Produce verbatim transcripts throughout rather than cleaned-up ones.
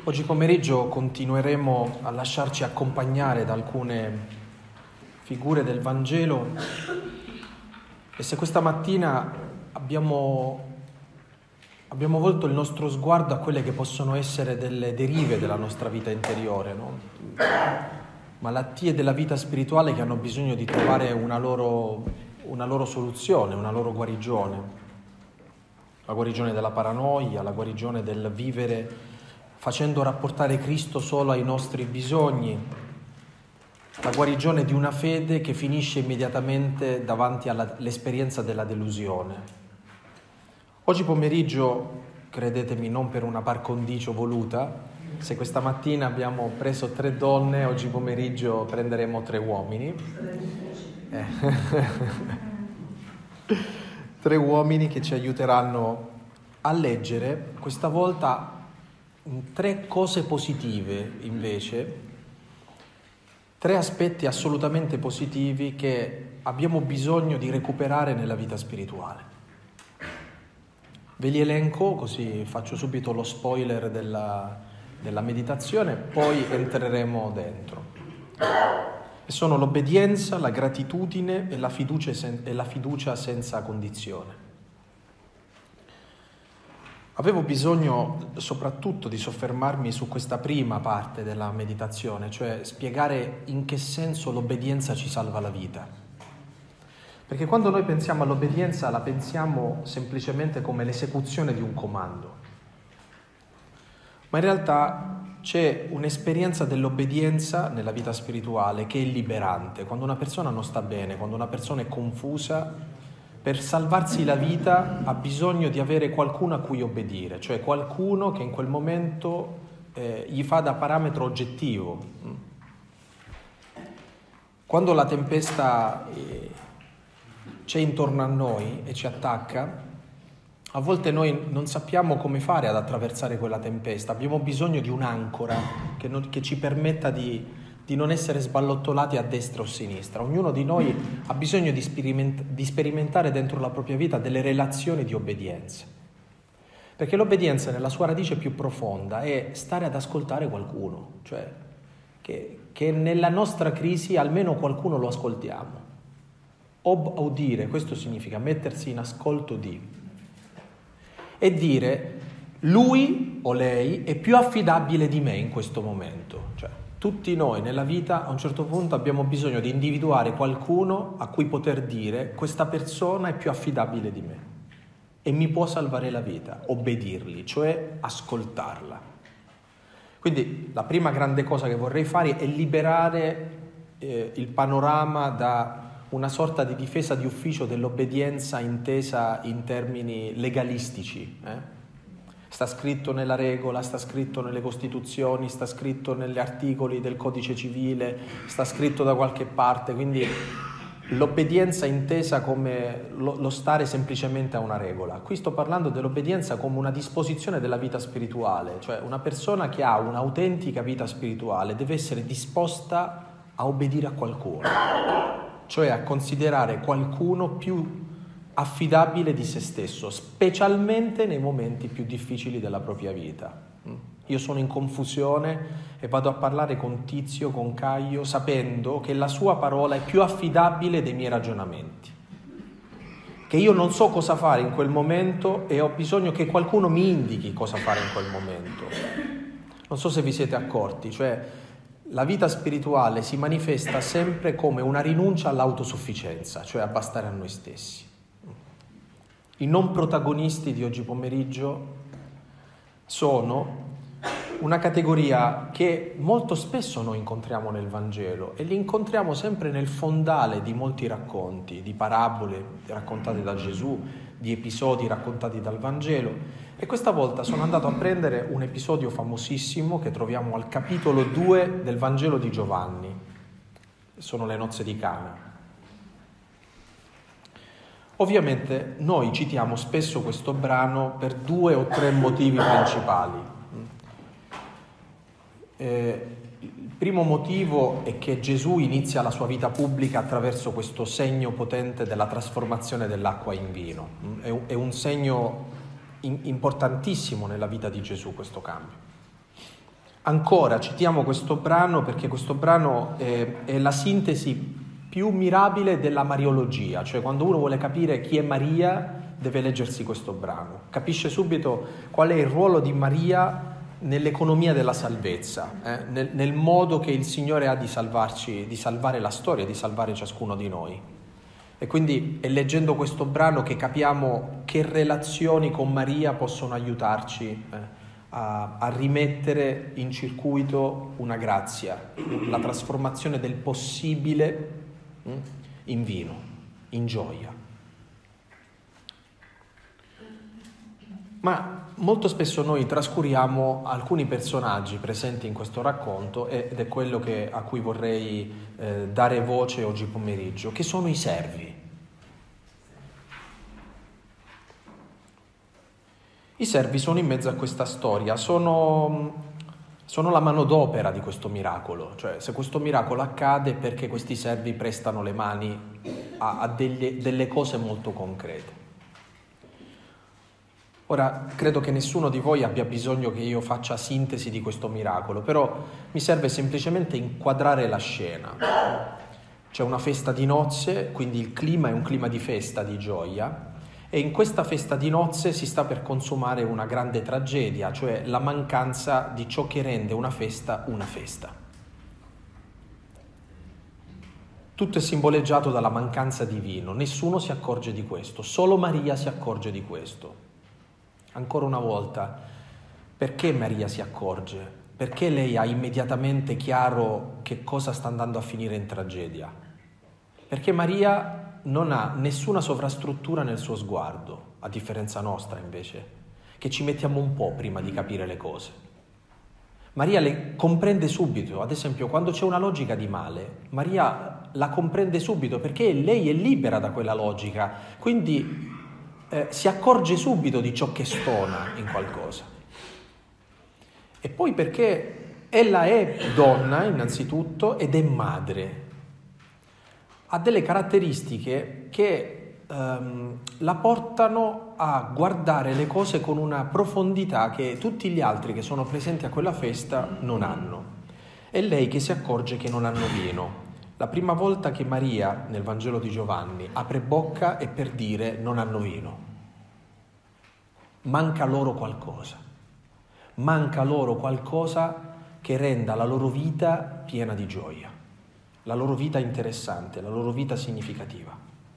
Oggi pomeriggio continueremo a lasciarci accompagnare da alcune figure del Vangelo e se questa mattina abbiamo, abbiamo volto il nostro sguardo a quelle che possono essere delle derive della nostra vita interiore, no? Malattie della vita spirituale che hanno bisogno di trovare una loro, una loro soluzione, una loro guarigione. La guarigione della paranoia, la guarigione del vivere facendo rapportare Cristo solo ai nostri bisogni, la guarigione di una fede che finisce immediatamente davanti all'esperienza della delusione. Oggi pomeriggio, credetemi, non per una par condicio voluta, se questa mattina abbiamo preso tre donne, oggi pomeriggio prenderemo tre uomini. Eh. Tre uomini che ci aiuteranno a leggere, questa volta tre cose positive invece, tre aspetti assolutamente positivi che abbiamo bisogno di recuperare nella vita spirituale. Ve li elenco così faccio subito lo spoiler della, della meditazione, poi entreremo dentro. E sono l'obbedienza, la gratitudine e la fiducia, e la fiducia senza condizione. Avevo bisogno soprattutto di soffermarmi su questa prima parte della meditazione, cioè spiegare in che senso l'obbedienza ci salva la vita. Perché quando noi pensiamo all'obbedienza la pensiamo semplicemente come l'esecuzione di un comando. Ma in realtà c'è un'esperienza dell'obbedienza nella vita spirituale che è liberante. Quando una persona non sta bene, quando una persona è confusa, per salvarsi la vita ha bisogno di avere qualcuno a cui obbedire, cioè qualcuno che in quel momento eh, gli fa da parametro oggettivo. Quando la tempesta eh, c'è intorno a noi e ci attacca, a volte noi non sappiamo come fare ad attraversare quella tempesta, abbiamo bisogno di un'ancora che, non, che ci permetta di... di non essere sballottolati a destra o a sinistra. Ognuno di noi ha bisogno di, speriment- di sperimentare dentro la propria vita delle relazioni di obbedienza. Perché l'obbedienza nella sua radice più profonda è stare ad ascoltare qualcuno, cioè che, che nella nostra crisi almeno qualcuno lo ascoltiamo. Ob audire, questo significa mettersi in ascolto di. E dire, lui o lei è più affidabile di me in questo momento, cioè tutti noi nella vita a un certo punto abbiamo bisogno di individuare qualcuno a cui poter dire questa persona è più affidabile di me e mi può salvare la vita, obbedirgli, cioè ascoltarla. Quindi la prima grande cosa che vorrei fare è liberare eh, il panorama da una sorta di difesa di ufficio dell'obbedienza intesa in termini legalistici, eh? Sta scritto nella regola, sta scritto nelle Costituzioni, sta scritto negli articoli del Codice Civile, sta scritto da qualche parte, quindi l'obbedienza intesa come lo, lo stare semplicemente a una regola. Qui sto parlando dell'obbedienza come una disposizione della vita spirituale, cioè una persona che ha un'autentica vita spirituale deve essere disposta a obbedire a qualcuno, cioè a considerare qualcuno più affidabile di se stesso, specialmente nei momenti più difficili della propria vita. Io sono in confusione e vado a parlare con Tizio, con Caio, sapendo che la sua parola è più affidabile dei miei ragionamenti, che io non so cosa fare in quel momento e ho bisogno che qualcuno mi indichi cosa fare in quel momento. Non so se vi siete accorti, cioè la vita spirituale si manifesta sempre come una rinuncia all'autosufficienza, cioè a bastare a noi stessi. I non protagonisti di oggi pomeriggio sono una categoria che molto spesso noi incontriamo nel Vangelo e li incontriamo sempre nel fondale di molti racconti, di parabole raccontate da Gesù, di episodi raccontati dal Vangelo. E questa volta sono andato a prendere un episodio famosissimo che troviamo al capitolo due del Vangelo di Giovanni. Sono le nozze di Cana. Ovviamente noi citiamo spesso questo brano per due o tre motivi principali. Eh, il primo motivo è che Gesù inizia la sua vita pubblica attraverso questo segno potente della trasformazione dell'acqua in vino. È un, è un segno in, importantissimo nella vita di Gesù questo cambio. Ancora citiamo questo brano perché questo brano è, è la sintesi più mirabile della mariologia, cioè quando uno vuole capire chi è Maria deve leggersi questo brano, capisce subito qual è il ruolo di Maria nell'economia della salvezza, eh? nel, nel modo che il Signore ha di salvarci, di salvare la storia, di salvare ciascuno di noi. E quindi è leggendo questo brano che capiamo che relazioni con Maria possono aiutarci eh, a, a rimettere in circuito una grazia, la trasformazione del possibile hm, in vino, in gioia. Ma molto spesso noi trascuriamo alcuni personaggi presenti in questo racconto ed è quello che, a cui vorrei eh, dare voce oggi pomeriggio, che sono i servi. I servi sono in mezzo a questa storia, sono, sono la manodopera di questo miracolo, cioè se questo miracolo accade è perché questi servi prestano le mani a, a delle, delle cose molto concrete. Ora, credo che nessuno di voi abbia bisogno che io faccia sintesi di questo miracolo, però mi serve semplicemente inquadrare la scena. C'è una festa di nozze, quindi il clima è un clima di festa, di gioia, e in questa festa di nozze si sta per consumare una grande tragedia, cioè la mancanza di ciò che rende una festa una festa. Tutto è simboleggiato dalla mancanza di vino, nessuno si accorge di questo, solo Maria si accorge di questo. Ancora una volta, perché Maria si accorge? Perché lei ha immediatamente chiaro che cosa sta andando a finire in tragedia? Perché Maria non ha nessuna sovrastruttura nel suo sguardo, a differenza nostra invece, che ci mettiamo un po' prima di capire le cose. Maria le comprende subito, ad esempio quando c'è una logica di male, Maria la comprende subito perché lei è libera da quella logica, quindi Eh, si accorge subito di ciò che stona in qualcosa. E poi perché ella è donna innanzitutto ed è madre. Ha delle caratteristiche che ehm, la portano a guardare le cose con una profondità che tutti gli altri che sono presenti a quella festa non hanno. È lei che si accorge che non hanno vino. La prima volta che Maria, nel Vangelo di Giovanni, apre bocca è per dire non hanno vino. Manca loro qualcosa. Manca loro qualcosa che renda la loro vita piena di gioia, la loro vita interessante, la loro vita significativa.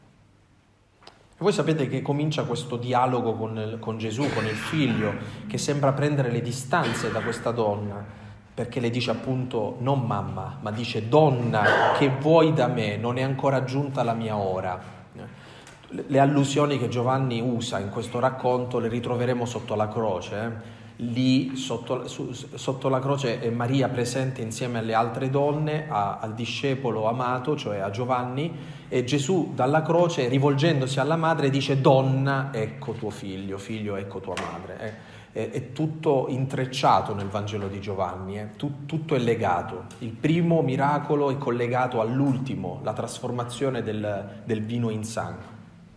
E voi sapete che comincia questo dialogo con, con Gesù, con il figlio, che sembra prendere le distanze da questa donna, perché le dice appunto non mamma, ma dice donna, che vuoi da me? Non è ancora giunta la mia ora. Le allusioni che Giovanni usa in questo racconto le ritroveremo sotto la croce. Eh? Lì sotto, su, sotto la croce è Maria presente insieme alle altre donne, a, al discepolo amato, cioè a Giovanni, e Gesù dalla croce, rivolgendosi alla madre, dice donna, ecco tuo figlio, figlio, ecco tua madre. Eh? È, è tutto intrecciato nel Vangelo di Giovanni, eh? Tut, tutto è legato. Il primo miracolo è collegato all'ultimo, la trasformazione del, del vino in sangue.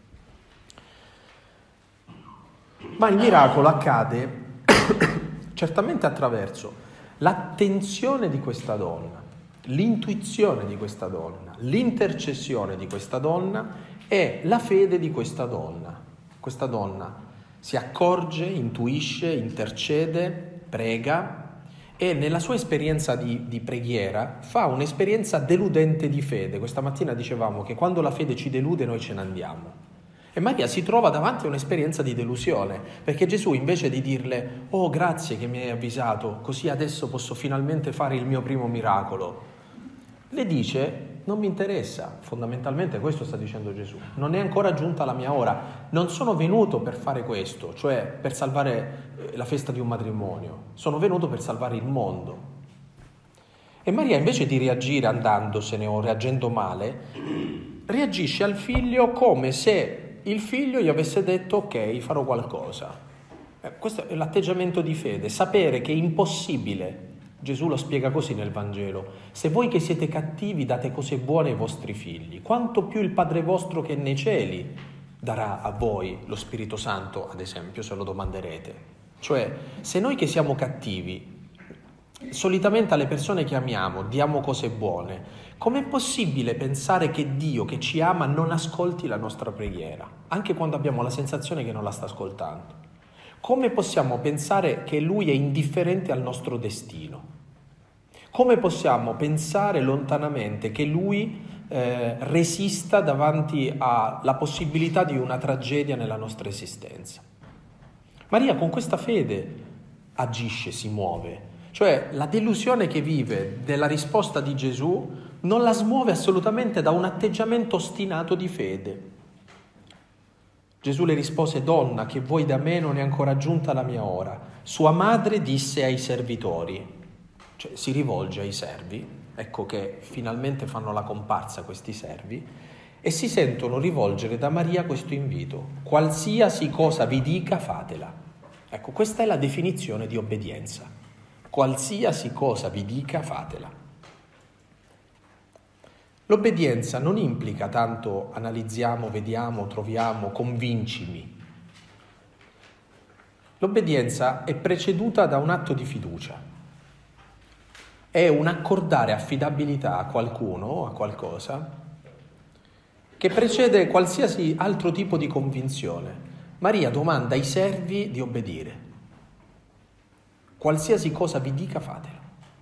Ma il miracolo accade certamente attraverso l'attenzione di questa donna, l'intuizione di questa donna, l'intercessione di questa donna e la fede di questa donna. Questa donna si accorge, intuisce, intercede, prega e nella sua esperienza di, di preghiera fa un'esperienza deludente di fede. Questa mattina dicevamo che quando la fede ci delude noi ce ne andiamo. E Maria si trova davanti a un'esperienza di delusione, perché Gesù invece di dirle «Oh, grazie che mi hai avvisato, così adesso posso finalmente fare il mio primo miracolo», le dice «Non mi interessa», fondamentalmente questo sta dicendo Gesù, «non è ancora giunta la mia ora, non sono venuto per fare questo, cioè per salvare la festa di un matrimonio, sono venuto per salvare il mondo». E Maria invece di reagire andandosene o reagendo male, reagisce al figlio come se il figlio gli avesse detto ok, farò qualcosa. Eh, questo è l'atteggiamento di fede, sapere che è impossibile. Gesù lo spiega così nel Vangelo: se voi che siete cattivi date cose buone ai vostri figli, quanto più il Padre vostro che è nei cieli darà a voi lo Spirito Santo, ad esempio, se lo domanderete. Cioè, se noi che siamo cattivi solitamente alle persone che amiamo diamo cose buone, com'è possibile pensare che Dio che ci ama non ascolti la nostra preghiera, anche quando abbiamo la sensazione che non la sta ascoltando? Come possiamo pensare che Lui è indifferente al nostro destino? Come possiamo pensare lontanamente che Lui eh, resista davanti alla possibilità di una tragedia nella nostra esistenza? Maria con questa fede agisce, si muove. Cioè la delusione che vive della risposta di Gesù non la smuove assolutamente da un atteggiamento ostinato di fede. Gesù le rispose: donna, che vuoi da me? Non è ancora giunta la mia ora. Sua madre disse ai servitori, cioè si rivolge ai servi, ecco che finalmente fanno la comparsa questi servi, e si sentono rivolgere da Maria questo invito: qualsiasi cosa vi dica, fatela. Ecco, questa è la definizione di obbedienza. Qualsiasi cosa vi dica, fatela. L'obbedienza non implica tanto analizziamo, vediamo, troviamo, convincimi. L'obbedienza è preceduta da un atto di fiducia. È un accordare affidabilità a qualcuno o a qualcosa che precede qualsiasi altro tipo di convinzione. Maria domanda ai servi di obbedire. Qualsiasi cosa vi dica, fatelo.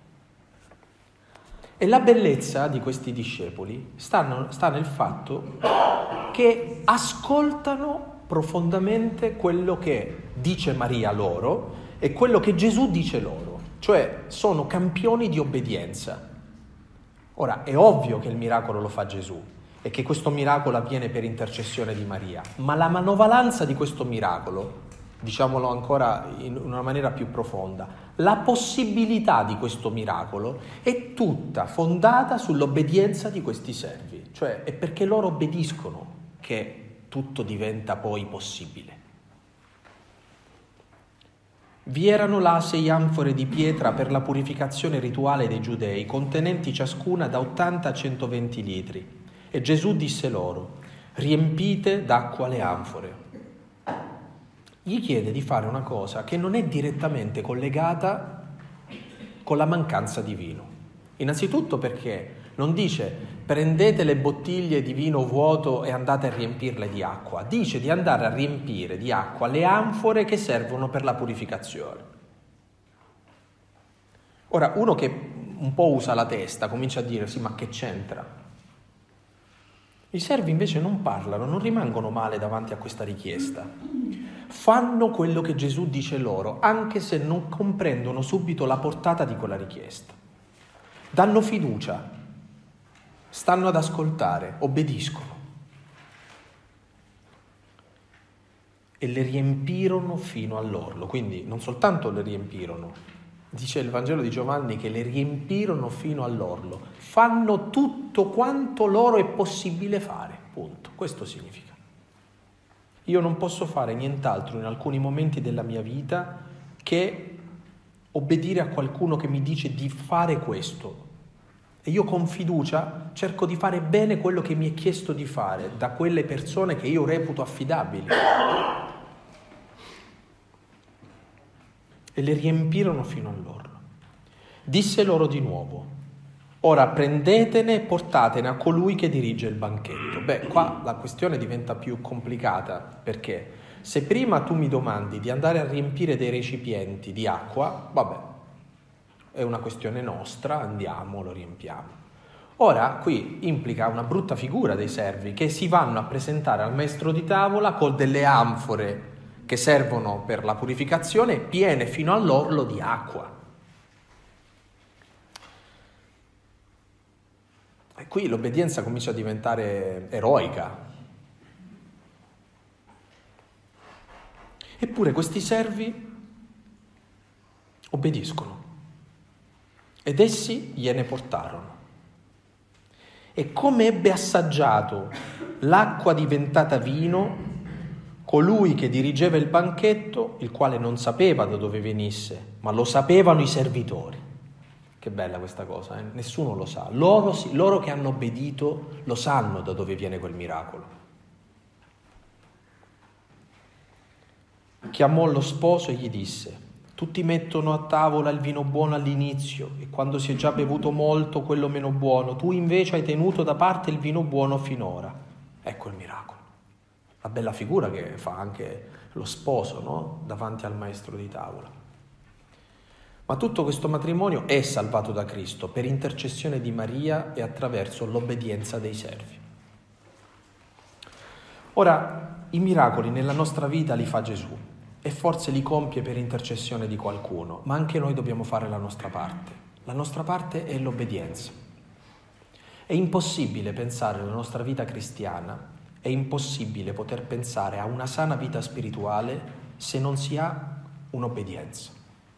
E la bellezza di questi discepoli sta, sta nel fatto che ascoltano profondamente quello che dice Maria loro e quello che Gesù dice loro, cioè sono campioni di obbedienza. Ora, è ovvio che il miracolo lo fa Gesù e che questo miracolo avviene per intercessione di Maria, ma la manovalanza di questo miracolo, diciamolo ancora in una maniera più profonda, la possibilità di questo miracolo è tutta fondata sull'obbedienza di questi servi, cioè è perché loro obbediscono che tutto diventa poi possibile. Vi erano là sei anfore di pietra per la purificazione rituale dei giudei, contenenti ciascuna da ottanta a centoventi litri. E Gesù disse loro: riempite d'acqua le anfore. Gli chiede di fare una cosa che non è direttamente collegata con la mancanza di vino. Innanzitutto perché non dice prendete le bottiglie di vino vuoto e andate a riempirle di acqua, dice di andare a riempire di acqua le anfore che servono per la purificazione. Ora, uno che un po' usa la testa comincia a dire sì, ma che c'entra? I servi invece non parlano, non rimangono male davanti a questa richiesta. Fanno quello che Gesù dice loro, anche se non comprendono subito la portata di quella richiesta. Danno fiducia, stanno ad ascoltare, obbediscono. E le riempirono fino all'orlo, quindi non soltanto le riempirono, dice il Vangelo di Giovanni che le riempirono fino all'orlo, fanno tutto quanto loro è possibile fare, punto. Questo significa. Io non posso fare nient'altro in alcuni momenti della mia vita che obbedire a qualcuno che mi dice di fare questo. E io con fiducia cerco di fare bene quello che mi è chiesto di fare da quelle persone che io reputo affidabili. E le riempirono fino all'orlo. Disse loro di nuovo: ora prendetene e portatene a colui che dirige il banchetto. Beh, qua la questione diventa più complicata, perché se prima tu mi domandi di andare a riempire dei recipienti di acqua, vabbè, è una questione nostra, andiamo, lo riempiamo. Ora, qui implica una brutta figura dei servi che si vanno a presentare al maestro di tavola con delle anfore che servono per la purificazione piene fino all'orlo di acqua. E qui l'obbedienza comincia a diventare eroica. Eppure questi servi obbediscono ed essi gliene portarono. E come ebbe assaggiato l'acqua diventata vino, colui che dirigeva il banchetto, il quale non sapeva da dove venisse, ma lo sapevano i servitori. Che bella questa cosa, eh? Nessuno lo sa. Loro, loro che hanno obbedito lo sanno da dove viene quel miracolo. Chiamò lo sposo e gli disse: Tutti mettono a tavola il vino buono all'inizio e quando si è già bevuto molto quello meno buono. Tu invece hai tenuto da parte il vino buono finora. Ecco il miracolo. La bella figura che fa anche lo sposo, no? Davanti al maestro di tavola. Ma tutto questo matrimonio è salvato da Cristo per intercessione di Maria e attraverso l'obbedienza dei servi. Ora, i miracoli nella nostra vita li fa Gesù e forse li compie per intercessione di qualcuno, ma anche noi dobbiamo fare la nostra parte. La nostra parte è l'obbedienza. È impossibile pensare alla nostra vita cristiana, è impossibile poter pensare a una sana vita spirituale se non si ha un'obbedienza.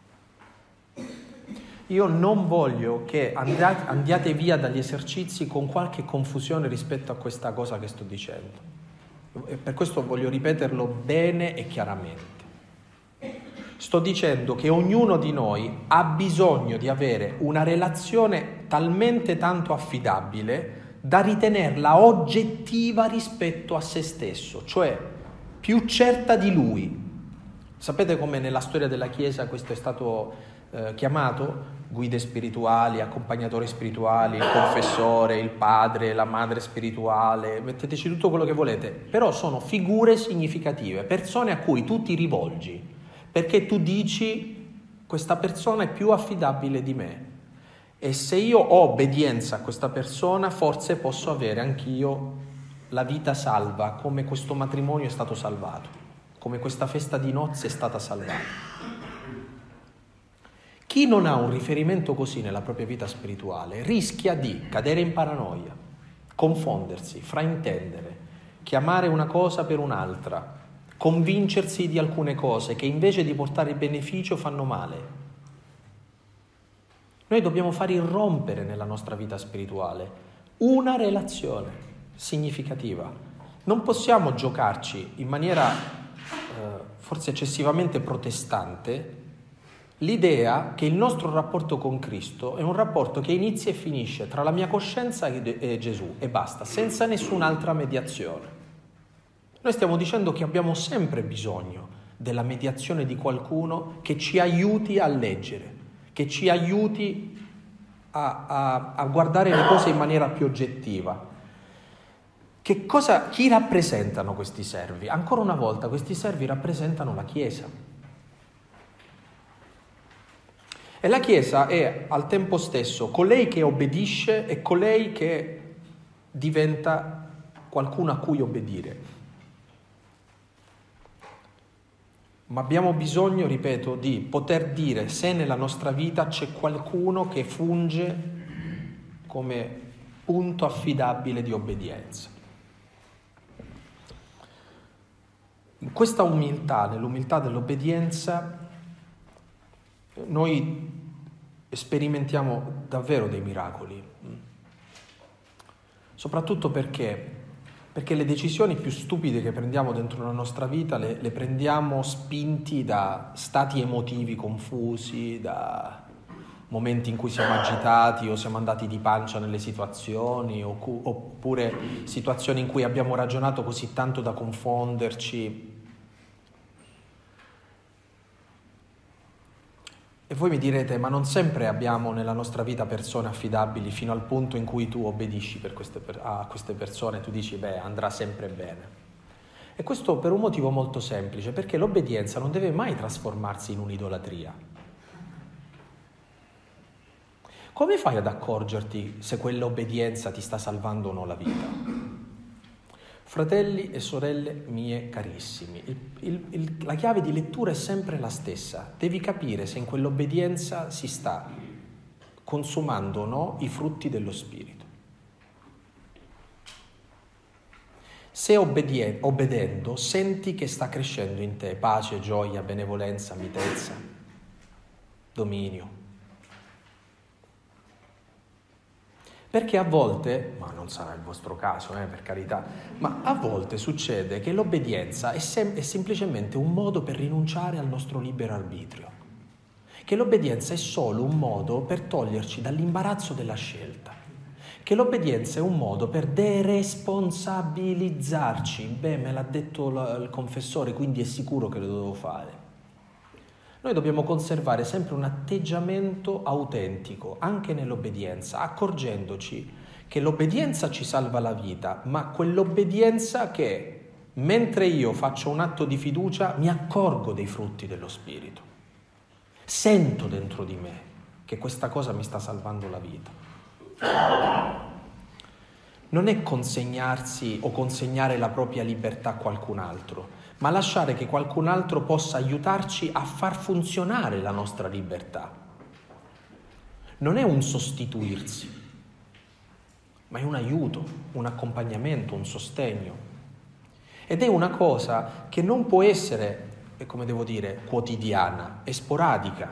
Io non voglio che andate, andiate via dagli esercizi con qualche confusione rispetto a questa cosa che sto dicendo. E per questo voglio ripeterlo bene e chiaramente. Sto dicendo che ognuno di noi ha bisogno di avere una relazione talmente tanto affidabile da ritenerla oggettiva rispetto a se stesso, cioè più certa di lui. Sapete come nella storia della Chiesa questo è stato eh, chiamato? Guide spirituali, accompagnatori spirituali, il confessore, il padre, la madre spirituale, metteteci tutto quello che volete, però sono figure significative, persone a cui tu ti rivolgi, perché tu dici questa persona è più affidabile di me e se io ho obbedienza a questa persona forse posso avere anch'io la vita salva come questo matrimonio è stato salvato, come questa festa di nozze è stata salvata. Chi non ha un riferimento così nella propria vita spirituale rischia di cadere in paranoia, confondersi, fraintendere, chiamare una cosa per un'altra, convincersi di alcune cose che invece di portare beneficio fanno male. Noi dobbiamo far irrompere nella nostra vita spirituale una relazione significativa. Non possiamo giocarci in maniera eh, forse eccessivamente protestante l'idea che il nostro rapporto con Cristo è un rapporto che inizia e finisce tra la mia coscienza e Gesù e basta, senza nessun'altra mediazione. Noi stiamo dicendo che abbiamo sempre bisogno della mediazione di qualcuno che ci aiuti a leggere, che ci aiuti a, a, a guardare le cose in maniera più oggettiva. Che cosa, chi rappresentano questi servi? Ancora una volta, questi servi rappresentano la Chiesa. E la Chiesa è al tempo stesso colei che obbedisce e colei che diventa qualcuno a cui obbedire. Ma abbiamo bisogno, ripeto, di poter dire se nella nostra vita c'è qualcuno che funge come punto affidabile di obbedienza. In questa umiltà, nell'umiltà dell'obbedienza, noi sperimentiamo davvero dei miracoli, soprattutto perché, perché le decisioni più stupide che prendiamo dentro la nostra vita le, le prendiamo spinti da stati emotivi confusi, da momenti in cui siamo agitati o siamo andati di pancia nelle situazioni, oppure situazioni in cui abbiamo ragionato così tanto da confonderci. E voi mi direte, ma non sempre abbiamo nella nostra vita persone affidabili fino al punto in cui tu obbedisci per queste, a queste persone, tu dici, beh, andrà sempre bene. E questo per un motivo molto semplice, perché l'obbedienza non deve mai trasformarsi in un'idolatria. Come fai ad accorgerti se quell'obbedienza ti sta salvando o no la vita? Fratelli e sorelle mie carissimi, il, il, il, la chiave di lettura è sempre la stessa. Devi capire se in quell'obbedienza si sta consumando o no i frutti dello Spirito. Se obbedie, obbedendo senti che sta crescendo in te pace, gioia, benevolenza, mitezza, dominio. Perché a volte, ma non sarà il vostro caso, eh, per carità, ma a volte succede che l'obbedienza è, sem- è semplicemente un modo per rinunciare al nostro libero arbitrio, che l'obbedienza è solo un modo per toglierci dall'imbarazzo della scelta, che l'obbedienza è un modo per deresponsabilizzarci. Beh, me l'ha detto l- il confessore, quindi è sicuro che lo devo fare. Noi dobbiamo conservare sempre un atteggiamento autentico, anche nell'obbedienza, accorgendoci che l'obbedienza ci salva la vita, ma quell'obbedienza che, mentre io faccio un atto di fiducia, mi accorgo dei frutti dello Spirito. Sento dentro di me che questa cosa mi sta salvando la vita. Non è consegnarsi o consegnare la propria libertà a qualcun altro, ma lasciare che qualcun altro possa aiutarci a far funzionare la nostra libertà. Non è un sostituirsi, ma è un aiuto, un accompagnamento, un sostegno. Ed è una cosa che non può essere, come devo dire, quotidiana, è sporadica.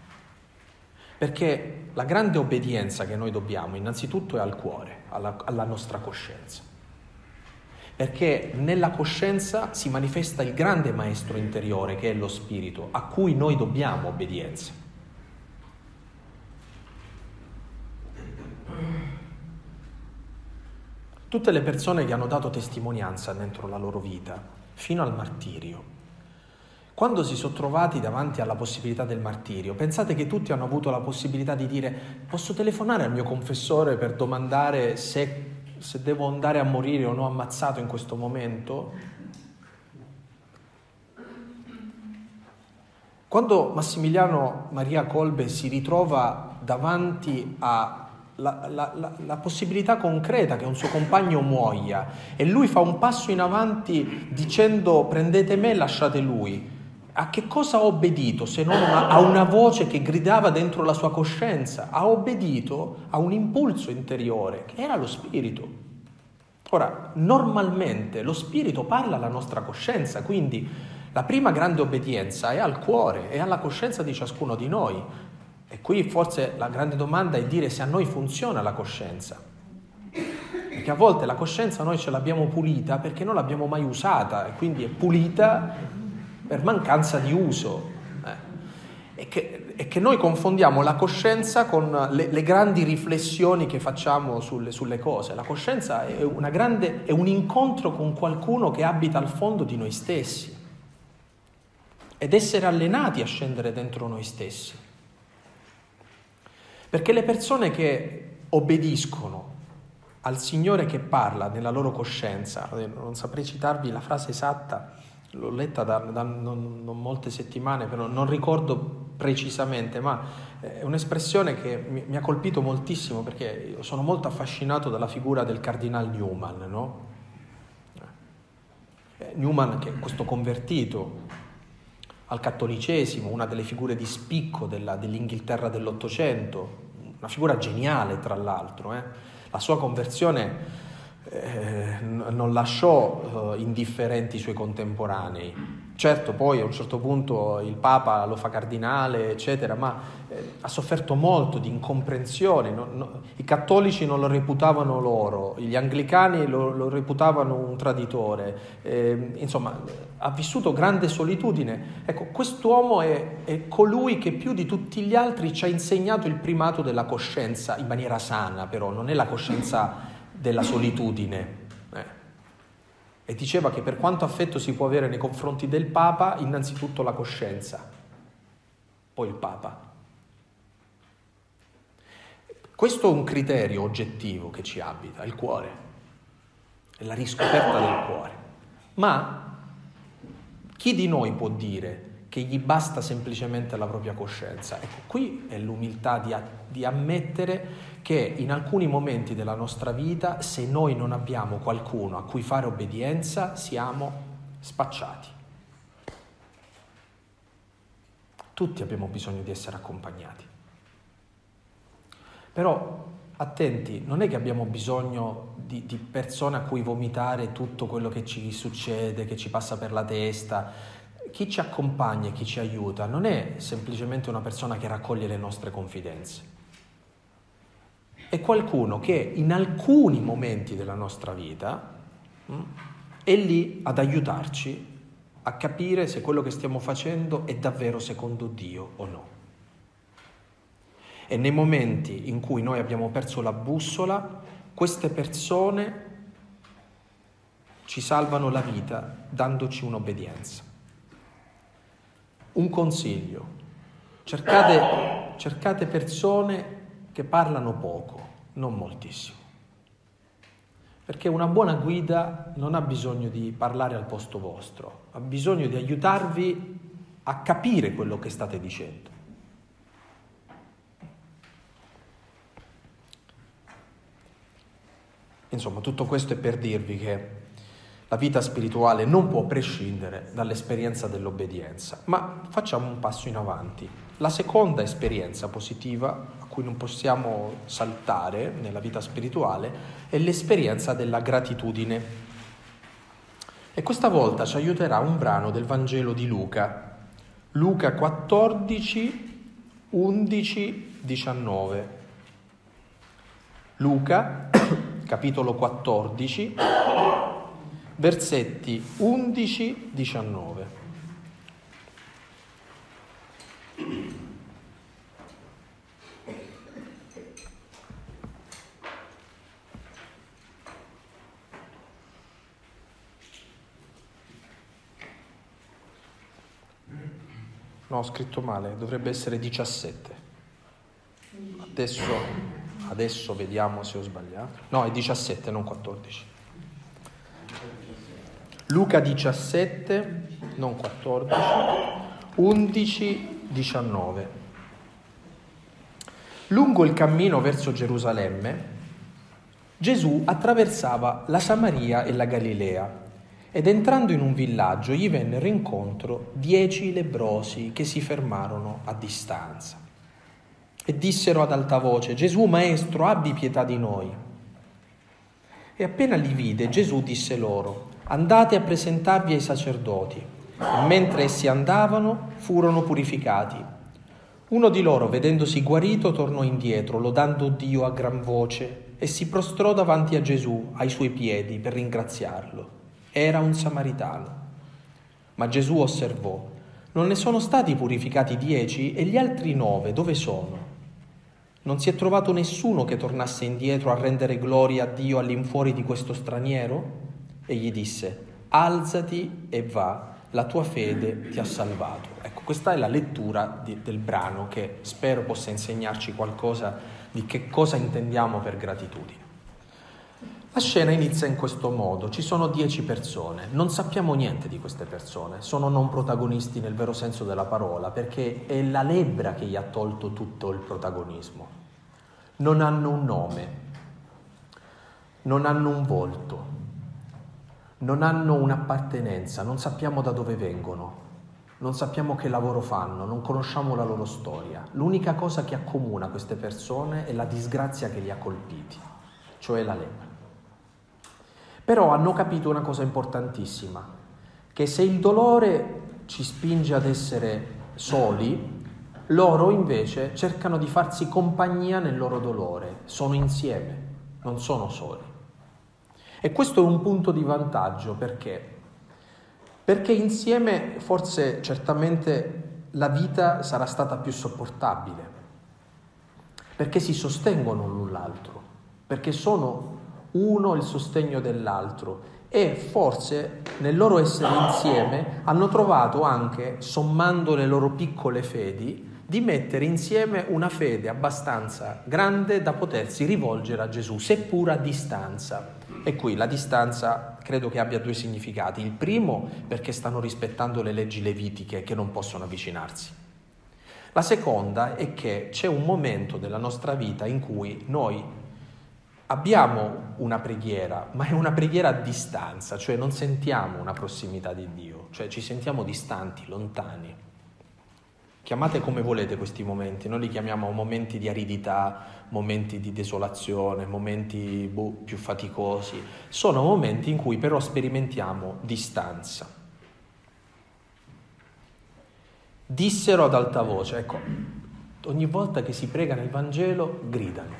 Perché la grande obbedienza che noi dobbiamo innanzitutto è al cuore, alla, alla nostra coscienza. Perché nella coscienza si manifesta il grande maestro interiore che è lo spirito, a cui noi dobbiamo obbedienza. Tutte le persone che hanno dato testimonianza dentro la loro vita, fino al martirio, quando si sono trovati davanti alla possibilità del martirio, pensate che tutti hanno avuto la possibilità di dire: posso telefonare al mio confessore per domandare se, se devo andare a morire o no ammazzato in questo momento? Quando Massimiliano Maria Kolbe si ritrova davanti a La, la, la, la possibilità concreta che un suo compagno muoia e lui fa un passo in avanti dicendo: prendete me e lasciate lui, a che cosa ha obbedito se non a, a una voce che gridava dentro la sua coscienza? Ha obbedito a un impulso interiore che era lo spirito. Ora, normalmente lo spirito parla alla nostra coscienza, quindi la prima grande obbedienza è al cuore, è alla coscienza di ciascuno di noi. E qui forse la grande domanda è dire se a noi funziona la coscienza. Perché a volte la coscienza noi ce l'abbiamo pulita perché non l'abbiamo mai usata, e quindi è pulita per mancanza di uso. Eh. E, che, e che noi confondiamo la coscienza con le, le grandi riflessioni che facciamo sulle, sulle cose. La coscienza è, una grande, è un incontro con qualcuno che abita al fondo di noi stessi. Ed essere allenati a scendere dentro noi stessi. Perché le persone che obbediscono al Signore che parla nella loro coscienza, non saprei citarvi la frase esatta, l'ho letta da, da non, non molte settimane, però non ricordo precisamente, ma è un'espressione che mi, mi ha colpito moltissimo perché io sono molto affascinato dalla figura del Cardinal Newman, no? Newman, che è questo convertito al cattolicesimo, una delle figure di spicco della, dell'Inghilterra dell'Ottocento, una figura geniale tra l'altro. Eh. La sua conversione eh, non lasciò eh, indifferenti i suoi contemporanei. Certo, poi a un certo punto il Papa lo fa cardinale, eccetera, ma eh, ha sofferto molto di incomprensione. No, no, i cattolici non lo reputavano loro, gli anglicani lo, lo reputavano un traditore. Eh, insomma, ha vissuto grande solitudine. Ecco, quest'uomo è, è colui che più di tutti gli altri ci ha insegnato il primato della coscienza, in maniera sana però, non è la coscienza della solitudine. E diceva che per quanto affetto si può avere nei confronti del Papa, innanzitutto la coscienza, poi il Papa. Questo è un criterio oggettivo che ci abita, il cuore, è la riscoperta del cuore. Ma chi di noi può dire che gli basta semplicemente la propria coscienza? Ecco, qui è l'umiltà di, di ammettere che in alcuni momenti della nostra vita, se noi non abbiamo qualcuno a cui fare obbedienza, siamo spacciati. Tutti abbiamo bisogno di essere accompagnati. Però, attenti, non è che abbiamo bisogno di, di persone a cui vomitare tutto quello che ci succede, che ci passa per la testa. Chi ci accompagna e chi ci aiuta non è semplicemente una persona che raccoglie le nostre confidenze. È qualcuno che in alcuni momenti della nostra vita mh, è lì ad aiutarci a capire se quello che stiamo facendo è davvero secondo Dio o no. E nei momenti in cui noi abbiamo perso la bussola, queste persone ci salvano la vita dandoci un'obbedienza. Un consiglio: cercate, cercate persone che parlano poco, non moltissimo. Perché una buona guida non ha bisogno di parlare al posto vostro, ha bisogno di aiutarvi a capire quello che state dicendo. Insomma, tutto questo è per dirvi che la vita spirituale non può prescindere dall'esperienza dell'obbedienza, ma facciamo un passo in avanti. La seconda esperienza positiva a cui non possiamo saltare nella vita spirituale è l'esperienza della gratitudine. E questa volta ci aiuterà un brano del Vangelo di Luca, Luca quattordici, undici, diciannove. Luca, capitolo quattordici, versetti undici diciannove. No, ho scritto male, dovrebbe essere diciassette. Adesso, adesso vediamo se ho sbagliato. No, è diciassette, non quattordici. Luca diciassette, non quattordici, undici, diciannove. Lungo il cammino verso Gerusalemme, Gesù attraversava la Samaria e la Galilea ed entrando in un villaggio gli vennero incontro dieci lebbrosi che si fermarono a distanza e dissero ad alta voce: Gesù, Maestro, abbi pietà di noi. E appena li vide, Gesù disse loro: andate a presentarvi ai sacerdoti. E mentre essi andavano, furono purificati. Uno di loro, vedendosi guarito, tornò indietro, lodando Dio a gran voce, e si prostrò davanti a Gesù, ai suoi piedi, per ringraziarlo. Era un samaritano. Ma Gesù osservò: non ne sono stati purificati dieci, e gli altri nove dove sono? Non si è trovato nessuno che tornasse indietro a rendere gloria a Dio all'infuori di questo straniero? E gli disse: alzati e va, la tua fede ti ha salvato. Ecco, questa è la lettura di, del brano che spero possa insegnarci qualcosa di che cosa intendiamo per gratitudine. La scena inizia in questo modo: ci sono dieci persone, non sappiamo niente di queste persone, sono non protagonisti nel vero senso della parola, perché è la lebbra che gli ha tolto tutto il protagonismo. Non hanno un nome, non hanno un volto, non hanno un'appartenenza, non sappiamo da dove vengono, non sappiamo che lavoro fanno, non conosciamo la loro storia. L'unica cosa che accomuna queste persone è la disgrazia che li ha colpiti, cioè la lebbra. Però hanno capito una cosa importantissima, che se il dolore ci spinge ad essere soli, loro invece cercano di farsi compagnia nel loro dolore, sono insieme, non sono soli. E questo è un punto di vantaggio, perché? Perché insieme forse certamente la vita sarà stata più sopportabile, perché si sostengono l'un l'altro, perché sono uno il sostegno dell'altro e forse nel loro essere insieme hanno trovato anche, sommando le loro piccole fedi, di mettere insieme una fede abbastanza grande da potersi rivolgere a Gesù, seppur a distanza. E qui la distanza credo che abbia due significati. Il primo, perché stanno rispettando le leggi levitiche che non possono avvicinarsi. La seconda è che c'è un momento della nostra vita in cui noi abbiamo una preghiera, ma è una preghiera a distanza, cioè non sentiamo una prossimità di Dio, cioè ci sentiamo distanti, lontani. Chiamate come volete questi momenti, noi li chiamiamo momenti di aridità, momenti di desolazione, momenti boh, più faticosi. Sono momenti in cui però sperimentiamo distanza. Dissero ad alta voce, ecco, ogni volta che si prega nel Vangelo gridano.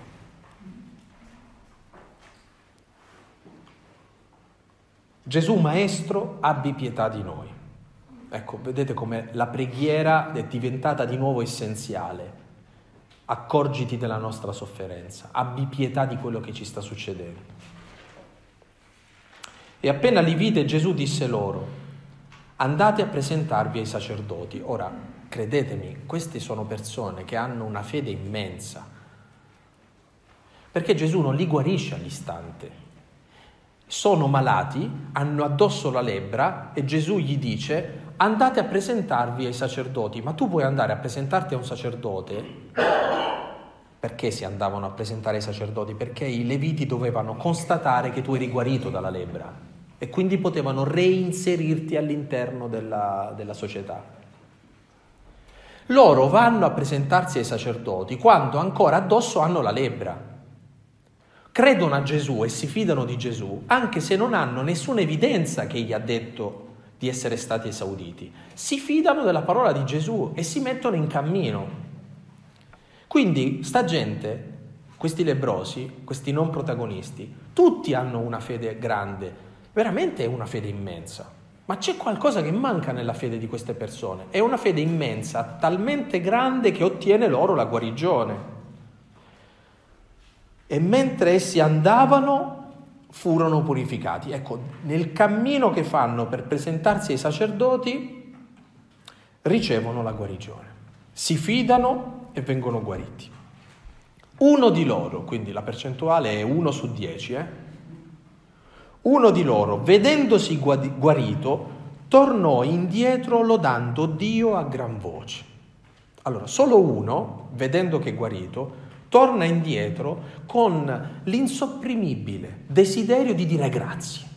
Gesù Maestro, abbi pietà di noi. Ecco, vedete come la preghiera è diventata di nuovo essenziale. Accorgiti della nostra sofferenza, abbi pietà di quello che ci sta succedendo. E appena li vide, Gesù disse loro: andate a presentarvi ai sacerdoti. Ora, credetemi, queste sono persone che hanno una fede immensa, perché Gesù non li guarisce all'istante. Sono malati, hanno addosso la lebbra e Gesù gli dice: andate a presentarvi ai sacerdoti. Ma tu puoi andare a presentarti a un sacerdote? Perché si andavano a presentare ai sacerdoti? Perché i leviti dovevano constatare che tu eri guarito dalla lebbra e quindi potevano reinserirti all'interno della, della società. Loro vanno a presentarsi ai sacerdoti quando ancora addosso hanno la lebbra. Credono a Gesù e si fidano di Gesù, anche se non hanno nessuna evidenza che gli ha detto di essere stati esauditi. Si fidano della parola di Gesù e si mettono in cammino. Quindi sta gente, questi lebbrosi, questi non protagonisti, tutti hanno una fede grande, veramente una fede immensa. Ma c'è qualcosa che manca nella fede di queste persone. È una fede immensa, talmente grande che ottiene loro la guarigione. E mentre essi andavano, furono purificati. Ecco, nel cammino che fanno per presentarsi ai sacerdoti, ricevono la guarigione. Si fidano e vengono guariti. Uno di loro, quindi la percentuale è uno su dieci, eh? Uno di loro, vedendosi guarito, tornò indietro lodando Dio a gran voce. Allora, solo uno, vedendo che è guarito, torna indietro con l'insopprimibile desiderio di dire grazie.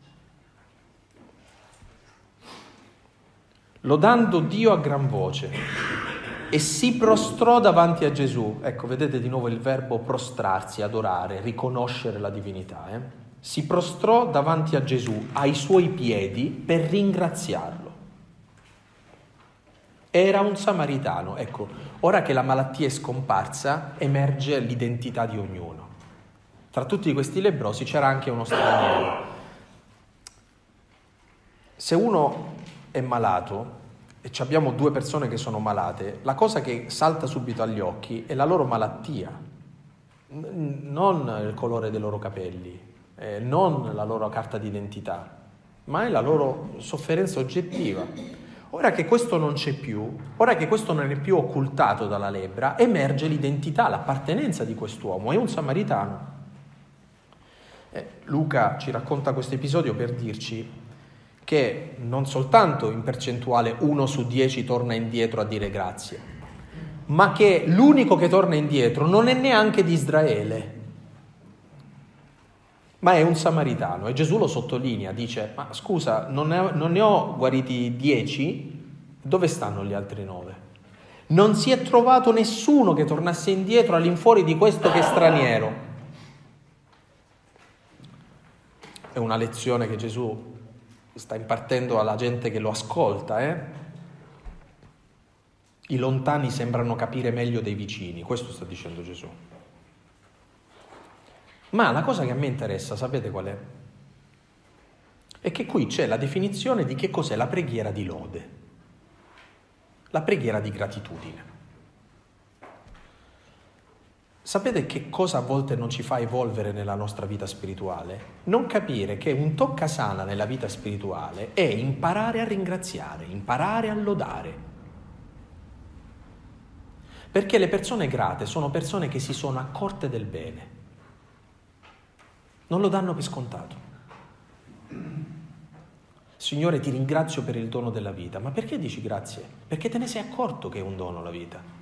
Lodando Dio a gran voce, e si prostrò davanti a Gesù. Ecco, vedete di nuovo il verbo prostrarsi, adorare, riconoscere la divinità. Eh? Si prostrò davanti a Gesù, ai suoi piedi, per ringraziarlo. Era un samaritano. Ecco, ora che la malattia è scomparsa, emerge l'identità di ognuno. Tra tutti questi lebbrosi c'era anche uno straniero. Se uno è malato, e abbiamo due persone che sono malate, la cosa che salta subito agli occhi è la loro malattia, non il colore dei loro capelli, eh, non la loro carta d'identità, ma è la loro sofferenza oggettiva. Ora che questo non c'è più, ora che questo non è più occultato dalla lebbra, emerge l'identità, l'appartenenza di quest'uomo, è un samaritano. Eh, Luca ci racconta questo episodio per dirci che non soltanto in percentuale uno su dieci torna indietro a dire grazie, ma che l'unico che torna indietro non è neanche di Israele, ma è un samaritano. E Gesù lo sottolinea, dice: ma scusa, non ne ho, non ne ho guariti dieci? Dove stanno gli altri nove? Non si è trovato nessuno che tornasse indietro all'infuori di questo che è straniero. È una lezione che Gesù sta impartendo alla gente che lo ascolta, eh? I lontani sembrano capire meglio dei vicini, questo sta dicendo Gesù. Ma la cosa che a me interessa, sapete qual è? È che qui c'è la definizione di che cos'è la preghiera di lode, la preghiera di gratitudine. Sapete che cosa a volte non ci fa evolvere nella nostra vita spirituale? Non capire che un toccasana nella vita spirituale è imparare a ringraziare, imparare a lodare. Perché le persone grate sono persone che si sono accorte del bene. Non lo danno per scontato. Signore, ti ringrazio per il dono della vita. Ma perché dici grazie? Perché te ne sei accorto che è un dono la vita.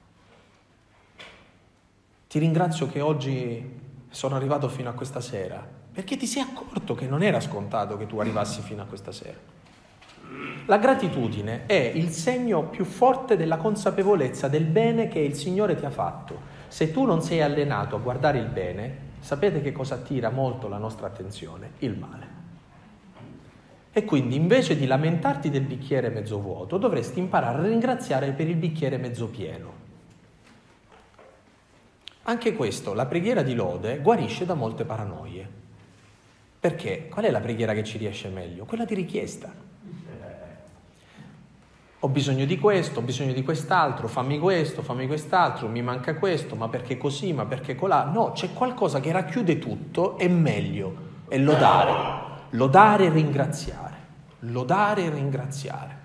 Ti ringrazio che oggi sono arrivato fino a questa sera, perché ti sei accorto che non era scontato che tu arrivassi fino a questa sera. La gratitudine è il segno più forte della consapevolezza del bene che il Signore ti ha fatto. Se tu non sei allenato a guardare il bene, sapete che cosa attira molto la nostra attenzione? Il male. E quindi invece di lamentarti del bicchiere mezzo vuoto, dovresti imparare a ringraziare per il bicchiere mezzo pieno. Anche questo, la preghiera di lode, guarisce da molte paranoie. Perché? Qual è la preghiera che ci riesce meglio? Quella di richiesta. Ho bisogno di questo, ho bisogno di quest'altro, fammi questo, fammi quest'altro, mi manca questo, ma perché così, ma perché colà? No, c'è qualcosa che racchiude tutto, è meglio, è lodare. Lodare e ringraziare. lodare e ringraziare.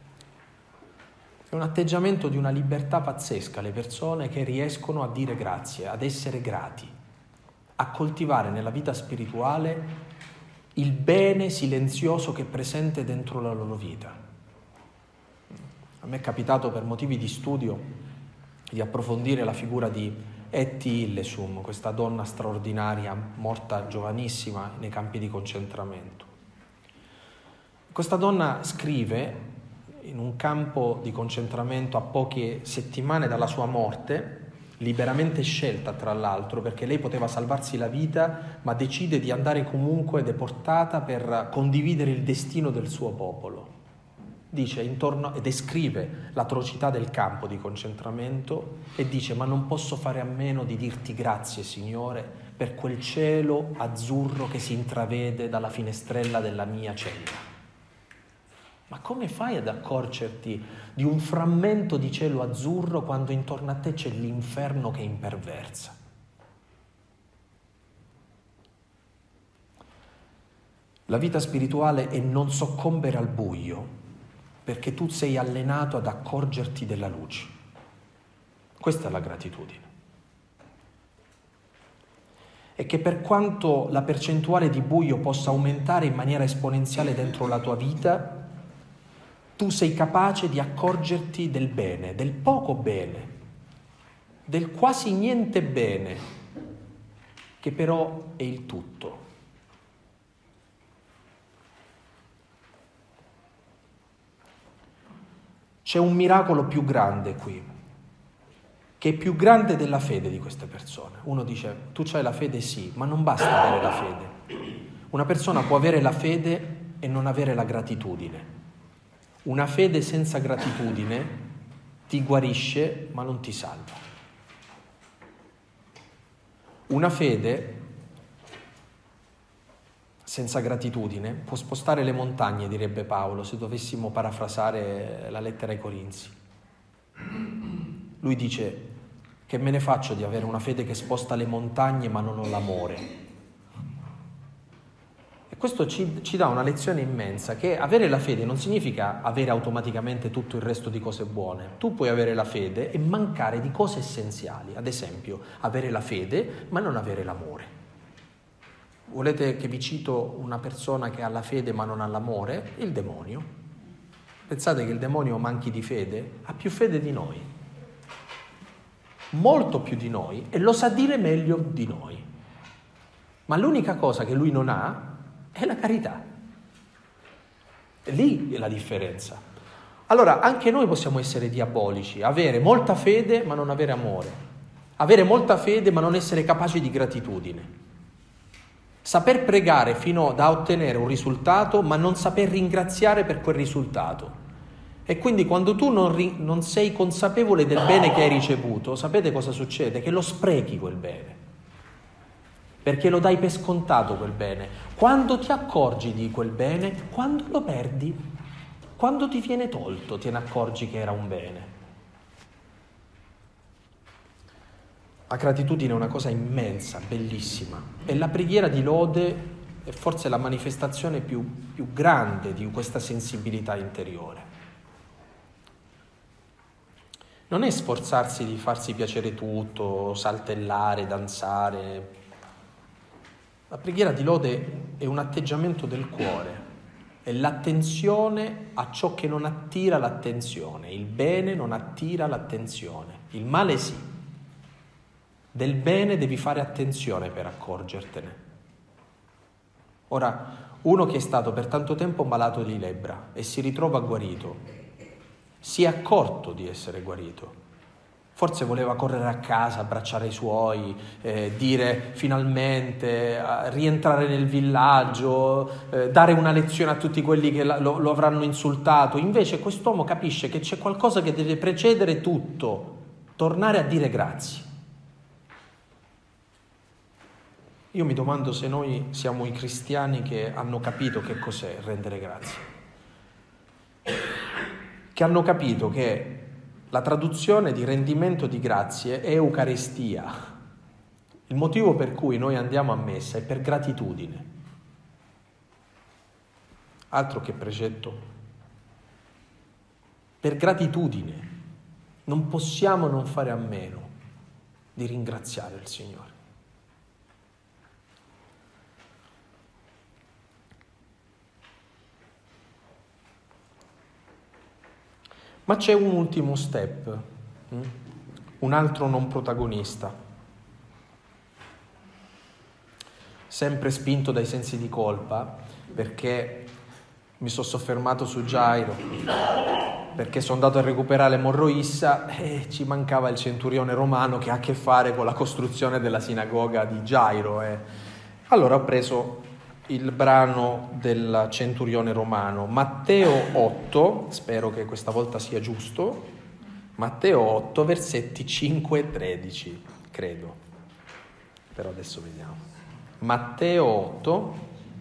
È un atteggiamento di una libertà pazzesca, le persone che riescono a dire grazie, ad essere grati, a coltivare nella vita spirituale il bene silenzioso che è presente dentro la loro vita. A me è capitato per motivi di studio di approfondire la figura di Etty Hillesum, questa donna straordinaria, morta giovanissima nei campi di concentramento. Questa donna scrive in un campo di concentramento a poche settimane dalla sua morte, liberamente scelta tra l'altro, perché lei poteva salvarsi la vita, ma decide di andare comunque deportata per condividere il destino del suo popolo. Dice intorno e descrive l'atrocità del campo di concentramento e dice: ma non posso fare a meno di dirti grazie, Signore, per quel cielo azzurro che si intravede dalla finestrella della mia cella. Ma come fai ad accorgerti di un frammento di cielo azzurro quando intorno a te c'è l'inferno che imperversa? La vita spirituale è non soccombere al buio, perché tu sei allenato ad accorgerti della luce. Questa è la gratitudine. E che per quanto la percentuale di buio possa aumentare in maniera esponenziale dentro la tua vita, tu sei capace di accorgerti del bene, del poco bene, del quasi niente bene, che però è il tutto. C'è un miracolo più grande qui, che è più grande della fede di queste persone. Uno dice: tu c'hai la fede? Sì, ma non basta avere la fede. Una persona può avere la fede e non avere la gratitudine. Una fede senza gratitudine ti guarisce ma non ti salva. Una fede senza gratitudine può spostare le montagne, direbbe Paolo, se dovessimo parafrasare la lettera ai Corinzi. Lui dice: che me ne faccio di avere una fede che sposta le montagne ma non ho l'amore? E questo ci, ci dà una lezione immensa, che avere la fede non significa avere automaticamente tutto il resto di cose buone. Tu puoi avere la fede e mancare di cose essenziali, ad esempio avere la fede ma non avere l'amore. Volete che vi cito una persona che ha la fede ma non ha l'amore? Il demonio. Pensate che il demonio manchi di fede? Ha più fede di noi, molto più di noi, e lo sa dire meglio di noi. Ma l'unica cosa che lui non ha è la carità. E lì è la differenza. Allora, anche noi possiamo essere diabolici, avere molta fede ma non avere amore, avere molta fede ma non essere capaci di gratitudine, saper pregare fino da ottenere un risultato ma non saper ringraziare per quel risultato. E quindi quando tu non, ri- non sei consapevole del bene che hai ricevuto, sapete cosa succede? Che lo sprechi quel bene, perché lo dai per scontato quel bene. Quando ti accorgi di quel bene? Quando lo perdi, quando ti viene tolto, te ne accorgi che era un bene. La gratitudine è una cosa immensa, bellissima, e la preghiera di lode è forse la manifestazione più, più grande di questa sensibilità interiore. Non è sforzarsi di farsi piacere tutto, saltellare, danzare. La preghiera di lode è un atteggiamento del cuore, è l'attenzione a ciò che non attira l'attenzione. Il bene non attira l'attenzione, il male sì. Del bene devi fare attenzione per accorgertene. Ora, uno che è stato per tanto tempo malato di lebbra e si ritrova guarito, si è accorto di essere guarito. Forse voleva correre a casa, abbracciare i suoi, eh, dire finalmente, eh, rientrare nel villaggio, eh, dare una lezione a tutti quelli che la, lo, lo avranno insultato. Invece quest'uomo capisce che c'è qualcosa che deve precedere tutto, tornare a dire grazie. Io mi domando se noi siamo i cristiani che hanno capito che cos'è rendere grazie, che hanno capito che la traduzione di rendimento di grazie è Eucaristia. Il motivo per cui noi andiamo a messa è per gratitudine. Altro che precetto. Per gratitudine non possiamo non fare a meno di ringraziare il Signore. Ma c'è un ultimo step, un altro non protagonista, sempre spinto dai sensi di colpa, perché mi sono soffermato su Gairo, perché sono andato a recuperare Morroissa e ci mancava il centurione romano che ha a che fare con la costruzione della sinagoga di Gairo. E allora ho preso il brano del centurione romano, Matteo otto, spero che questa volta sia giusto, Matteo otto, versetti cinque e tredici, credo, però adesso vediamo. Matteo otto,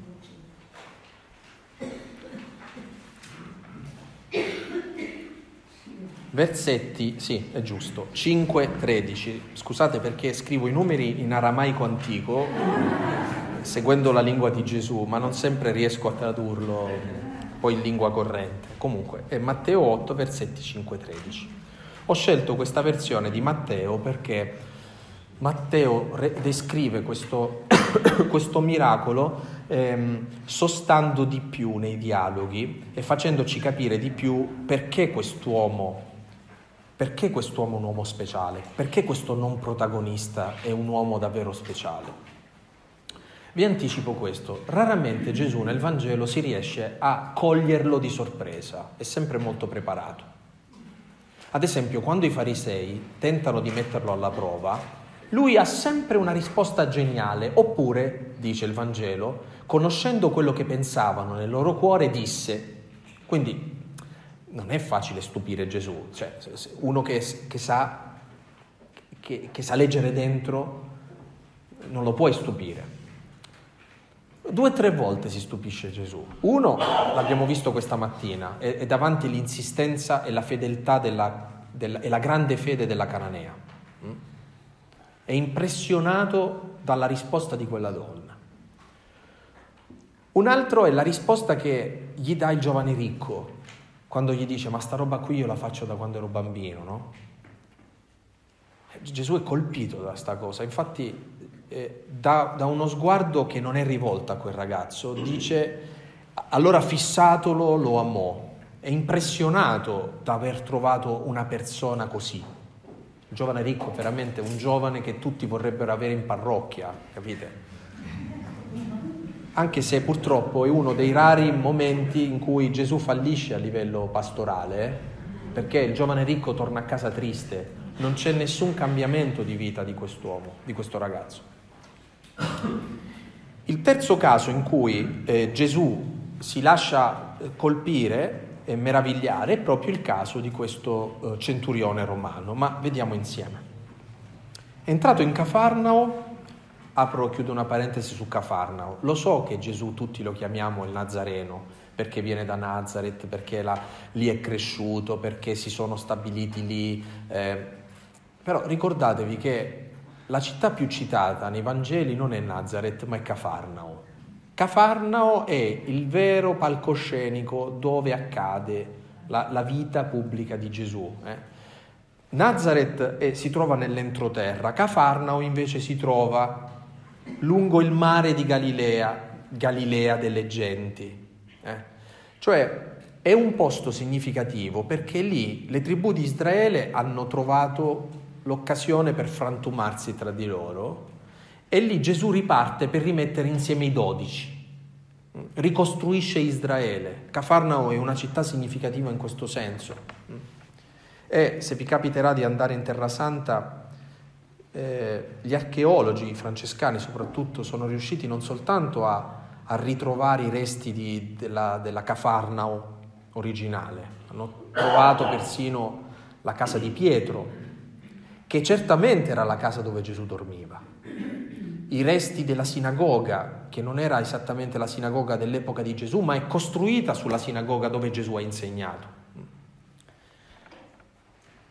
versetti, sì, è giusto, cinque e tredici. Scusate perché scrivo i numeri in aramaico antico, seguendo la lingua di Gesù, ma non sempre riesco a tradurlo poi in lingua corrente. Comunque, è Matteo otto, versetti cinque e tredici. Ho scelto questa versione di Matteo perché Matteo re- descrive questo, questo miracolo ehm, sostando di più nei dialoghi e facendoci capire di più perché quest'uomo, perché quest'uomo è un uomo speciale, perché questo non protagonista è un uomo davvero speciale. Vi anticipo questo, raramente Gesù nel Vangelo si riesce a coglierlo di sorpresa, è sempre molto preparato. Ad esempio, quando i farisei tentano di metterlo alla prova, lui ha sempre una risposta geniale, oppure, dice il Vangelo, conoscendo quello che pensavano nel loro cuore, disse. Quindi non è facile stupire Gesù, cioè uno che, che, sa, che, che sa leggere dentro non lo puoi stupire. Due o tre volte si stupisce Gesù. Uno, l'abbiamo visto questa mattina, è, è davanti l'insistenza e la fedeltà della, della, e la grande fede della cananea. È impressionato dalla risposta di quella donna. Un altro è la risposta che gli dà il giovane ricco, quando gli dice ma sta roba qui io la faccio da quando ero bambino, no? Gesù è colpito da sta cosa, infatti eh, da, da uno sguardo che non è rivolto a quel ragazzo, dice allora fissatolo lo amò, è impressionato da aver trovato una persona così. Il giovane ricco è veramente un giovane che tutti vorrebbero avere in parrocchia, capite? Anche se purtroppo è uno dei rari momenti in cui Gesù fallisce a livello pastorale, perché il giovane ricco torna a casa triste, non c'è nessun cambiamento di vita di quest'uomo, di questo ragazzo. Il terzo caso in cui eh, Gesù si lascia colpire e meravigliare è proprio il caso di questo eh, centurione romano, ma vediamo insieme. È entrato in Cafarnao, apro, chiudo una parentesi su Cafarnao, lo so che Gesù tutti lo chiamiamo il Nazareno, perché viene da Nazaret, perché la, lì è cresciuto, perché si sono stabiliti lì, eh, però ricordatevi che la città più citata nei Vangeli non è Nazaret, ma è Cafarnao. Cafarnao è il vero palcoscenico dove accade la, la vita pubblica di Gesù. Eh. Nazaret è, si trova nell'entroterra, Cafarnao invece si trova lungo il mare di Galilea, Galilea delle genti. Eh. Cioè è un posto significativo perché lì le tribù di Israele hanno trovato l'occasione per frantumarsi tra di loro e lì Gesù riparte per rimettere insieme i dodici, ricostruisce Israele. Cafarnao è una città significativa in questo senso e se vi capiterà di andare in Terra Santa eh, gli archeologi francescani soprattutto sono riusciti non soltanto a, a ritrovare i resti di, della, della Cafarnao originale, hanno trovato persino la casa di Pietro, che certamente era la casa dove Gesù dormiva, i resti della sinagoga, che non era esattamente la sinagoga dell'epoca di Gesù, ma è costruita sulla sinagoga dove Gesù ha insegnato.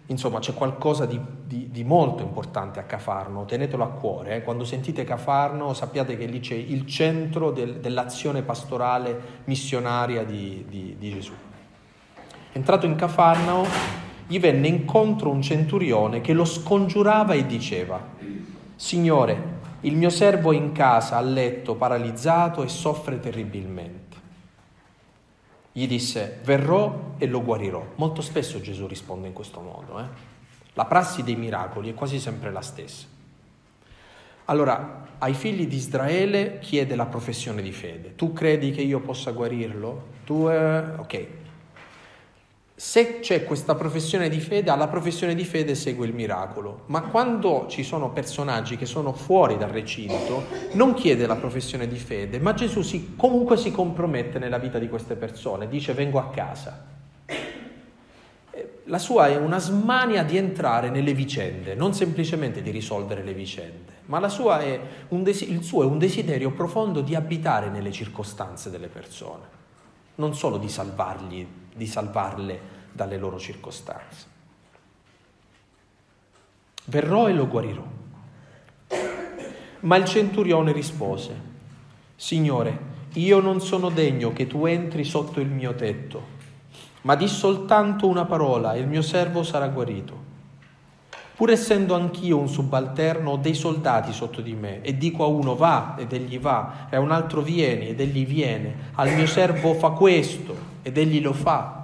Insomma, c'è qualcosa di, di, di molto importante a Cafarno, tenetelo a cuore. Eh? Quando sentite Cafarno sappiate che lì c'è il centro del, dell'azione pastorale missionaria di, di, di Gesù. Entrato in Cafarnao, gli venne incontro un centurione che lo scongiurava e diceva: Signore, il mio servo è in casa, a letto, paralizzato e soffre terribilmente. Gli disse: verrò e lo guarirò. Molto spesso Gesù risponde in questo modo. Eh? La prassi dei miracoli è quasi sempre la stessa. Allora, ai figli di Israele chiede la professione di fede. Tu credi che io possa guarirlo? Tu, eh, ok. Se c'è questa professione di fede, alla professione di fede segue il miracolo. Ma quando ci sono personaggi che sono fuori dal recinto, non chiede la professione di fede, ma Gesù si, comunque si compromette nella vita di queste persone, dice: vengo a casa. La sua è una smania di entrare nelle vicende, non semplicemente di risolvere le vicende, ma la sua è un des- il suo è un desiderio profondo di abitare nelle circostanze delle persone, non solo di salvargli, di salvarle dalle loro circostanze. Verrò e lo guarirò. Ma il centurione rispose: Signore, io non sono degno che tu entri sotto il mio tetto, ma di soltanto una parola e il mio servo sarà guarito. Pur essendo anch'io un subalterno, ho dei soldati sotto di me, e dico a uno va ed egli va, e a un altro vieni ed egli viene, al mio servo fa questo ed egli lo fa.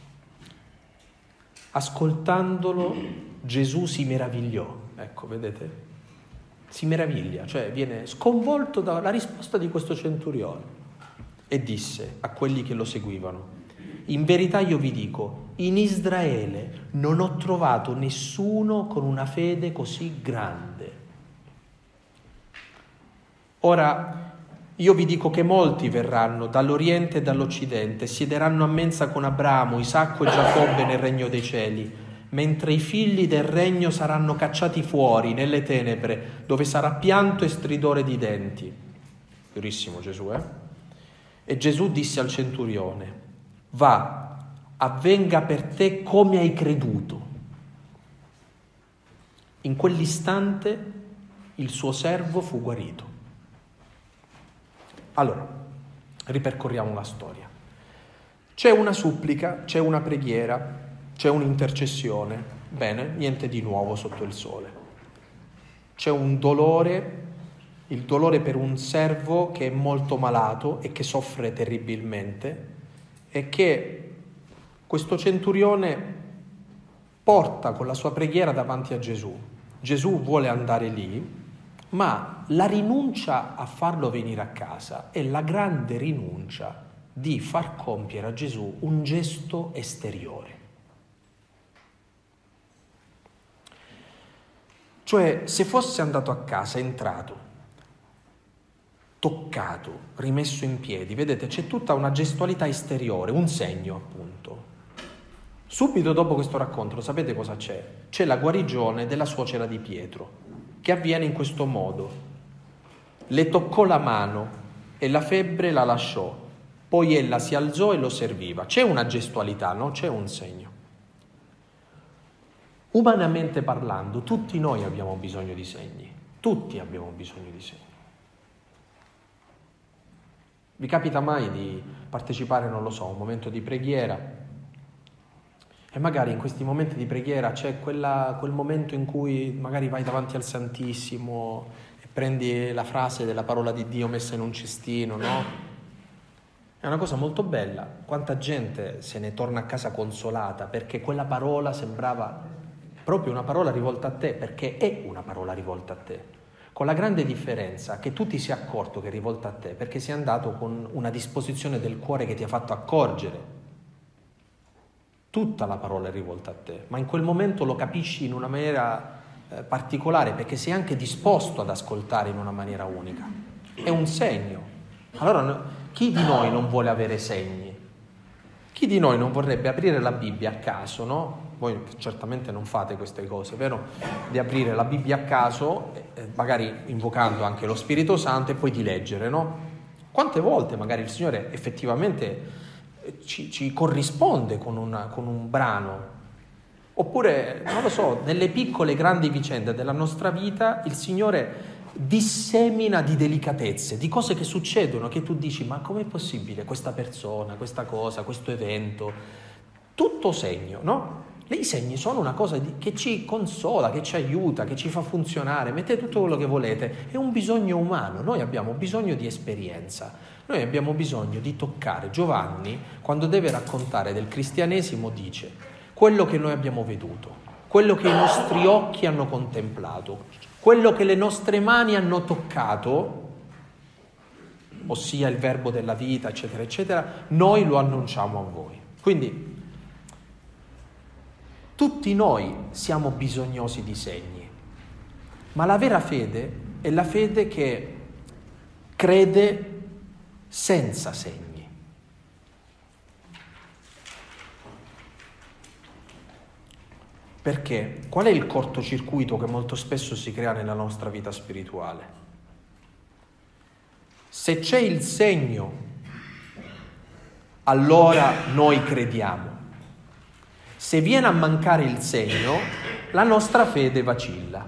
Ascoltandolo, Gesù si meravigliò. Ecco, vedete? Si meraviglia, cioè viene sconvolto dalla risposta di questo centurione e disse a quelli che lo seguivano: in verità io vi dico, in Israele non ho trovato nessuno con una fede così grande. Ora, io vi dico che molti verranno dall'Oriente e dall'Occidente, siederanno a mensa con Abramo, Isacco e Giacobbe nel regno dei cieli, mentre i figli del regno saranno cacciati fuori nelle tenebre, dove sarà pianto e stridore di denti. Durissimo Gesù, eh? E Gesù disse al centurione: va, avvenga per te come hai creduto. In quell'istante il suo servo fu guarito. Allora, ripercorriamo la storia. C'è una supplica, c'è una preghiera, c'è un'intercessione. Bene, niente di nuovo sotto il sole. C'è un dolore, il dolore per un servo che è molto malato e che soffre terribilmente, e che questo centurione porta con la sua preghiera davanti a Gesù. Gesù vuole andare lì, ma la rinuncia a farlo venire a casa è la grande rinuncia di far compiere a Gesù un gesto esteriore. Cioè, se fosse andato a casa, entrato, toccato, rimesso in piedi, vedete, c'è tutta una gestualità esteriore, un segno appunto. Subito dopo questo racconto, sapete cosa c'è? C'è la guarigione della suocera di Pietro, che avviene in questo modo. Le toccò la mano e la febbre la lasciò, poi ella si alzò e lo serviva. C'è una gestualità, no? C'è un segno. Umanamente parlando, tutti noi abbiamo bisogno di segni, tutti abbiamo bisogno di segni. Vi capita mai di partecipare, non lo so, a un momento di preghiera e magari in questi momenti di preghiera c'è quella, quel momento in cui magari vai davanti al Santissimo e prendi la frase della parola di Dio messa in un cestino, no? È una cosa molto bella. Quanta gente se ne torna a casa consolata perché quella parola sembrava proprio una parola rivolta a te, perché è una parola rivolta a te. Con la grande differenza che tu ti sia accorto che è rivolta a te perché sei andato con una disposizione del cuore che ti ha fatto accorgere. Tutta la parola è rivolta a te, ma in quel momento lo capisci in una maniera eh, particolare perché sei anche disposto ad ascoltare in una maniera unica. È un segno. Allora, no, chi di noi non vuole avere segni? Chi di noi non vorrebbe aprire la Bibbia a caso, no? Voi certamente non fate queste cose, vero? Di aprire la Bibbia a caso, eh, magari invocando anche lo Spirito Santo e poi di leggere, no? Quante volte magari il Signore effettivamente Ci, ci corrisponde con, una, con un brano Oppure, non lo so, nelle piccole grandi vicende della nostra vita il Signore dissemina di delicatezze, di cose che succedono, che tu dici, ma com'è possibile questa persona, questa cosa, questo evento? Tutto segno, no? I segni sono una cosa di, che ci consola, che ci aiuta, che ci fa funzionare, mettete tutto quello che volete, è un bisogno umano, noi abbiamo bisogno di esperienza, noi abbiamo bisogno di toccare. Giovanni, quando deve raccontare del cristianesimo, dice quello che noi abbiamo veduto, quello che i nostri occhi hanno contemplato, quello che le nostre mani hanno toccato, ossia il verbo della vita, eccetera, eccetera, noi lo annunciamo a voi. Quindi tutti noi siamo bisognosi di segni, ma la vera fede è la fede che crede senza segni. Perché? Qual è il cortocircuito che molto spesso si crea nella nostra vita spirituale? Se c'è il segno, allora noi crediamo. Se viene a mancare il segno, la nostra fede vacilla.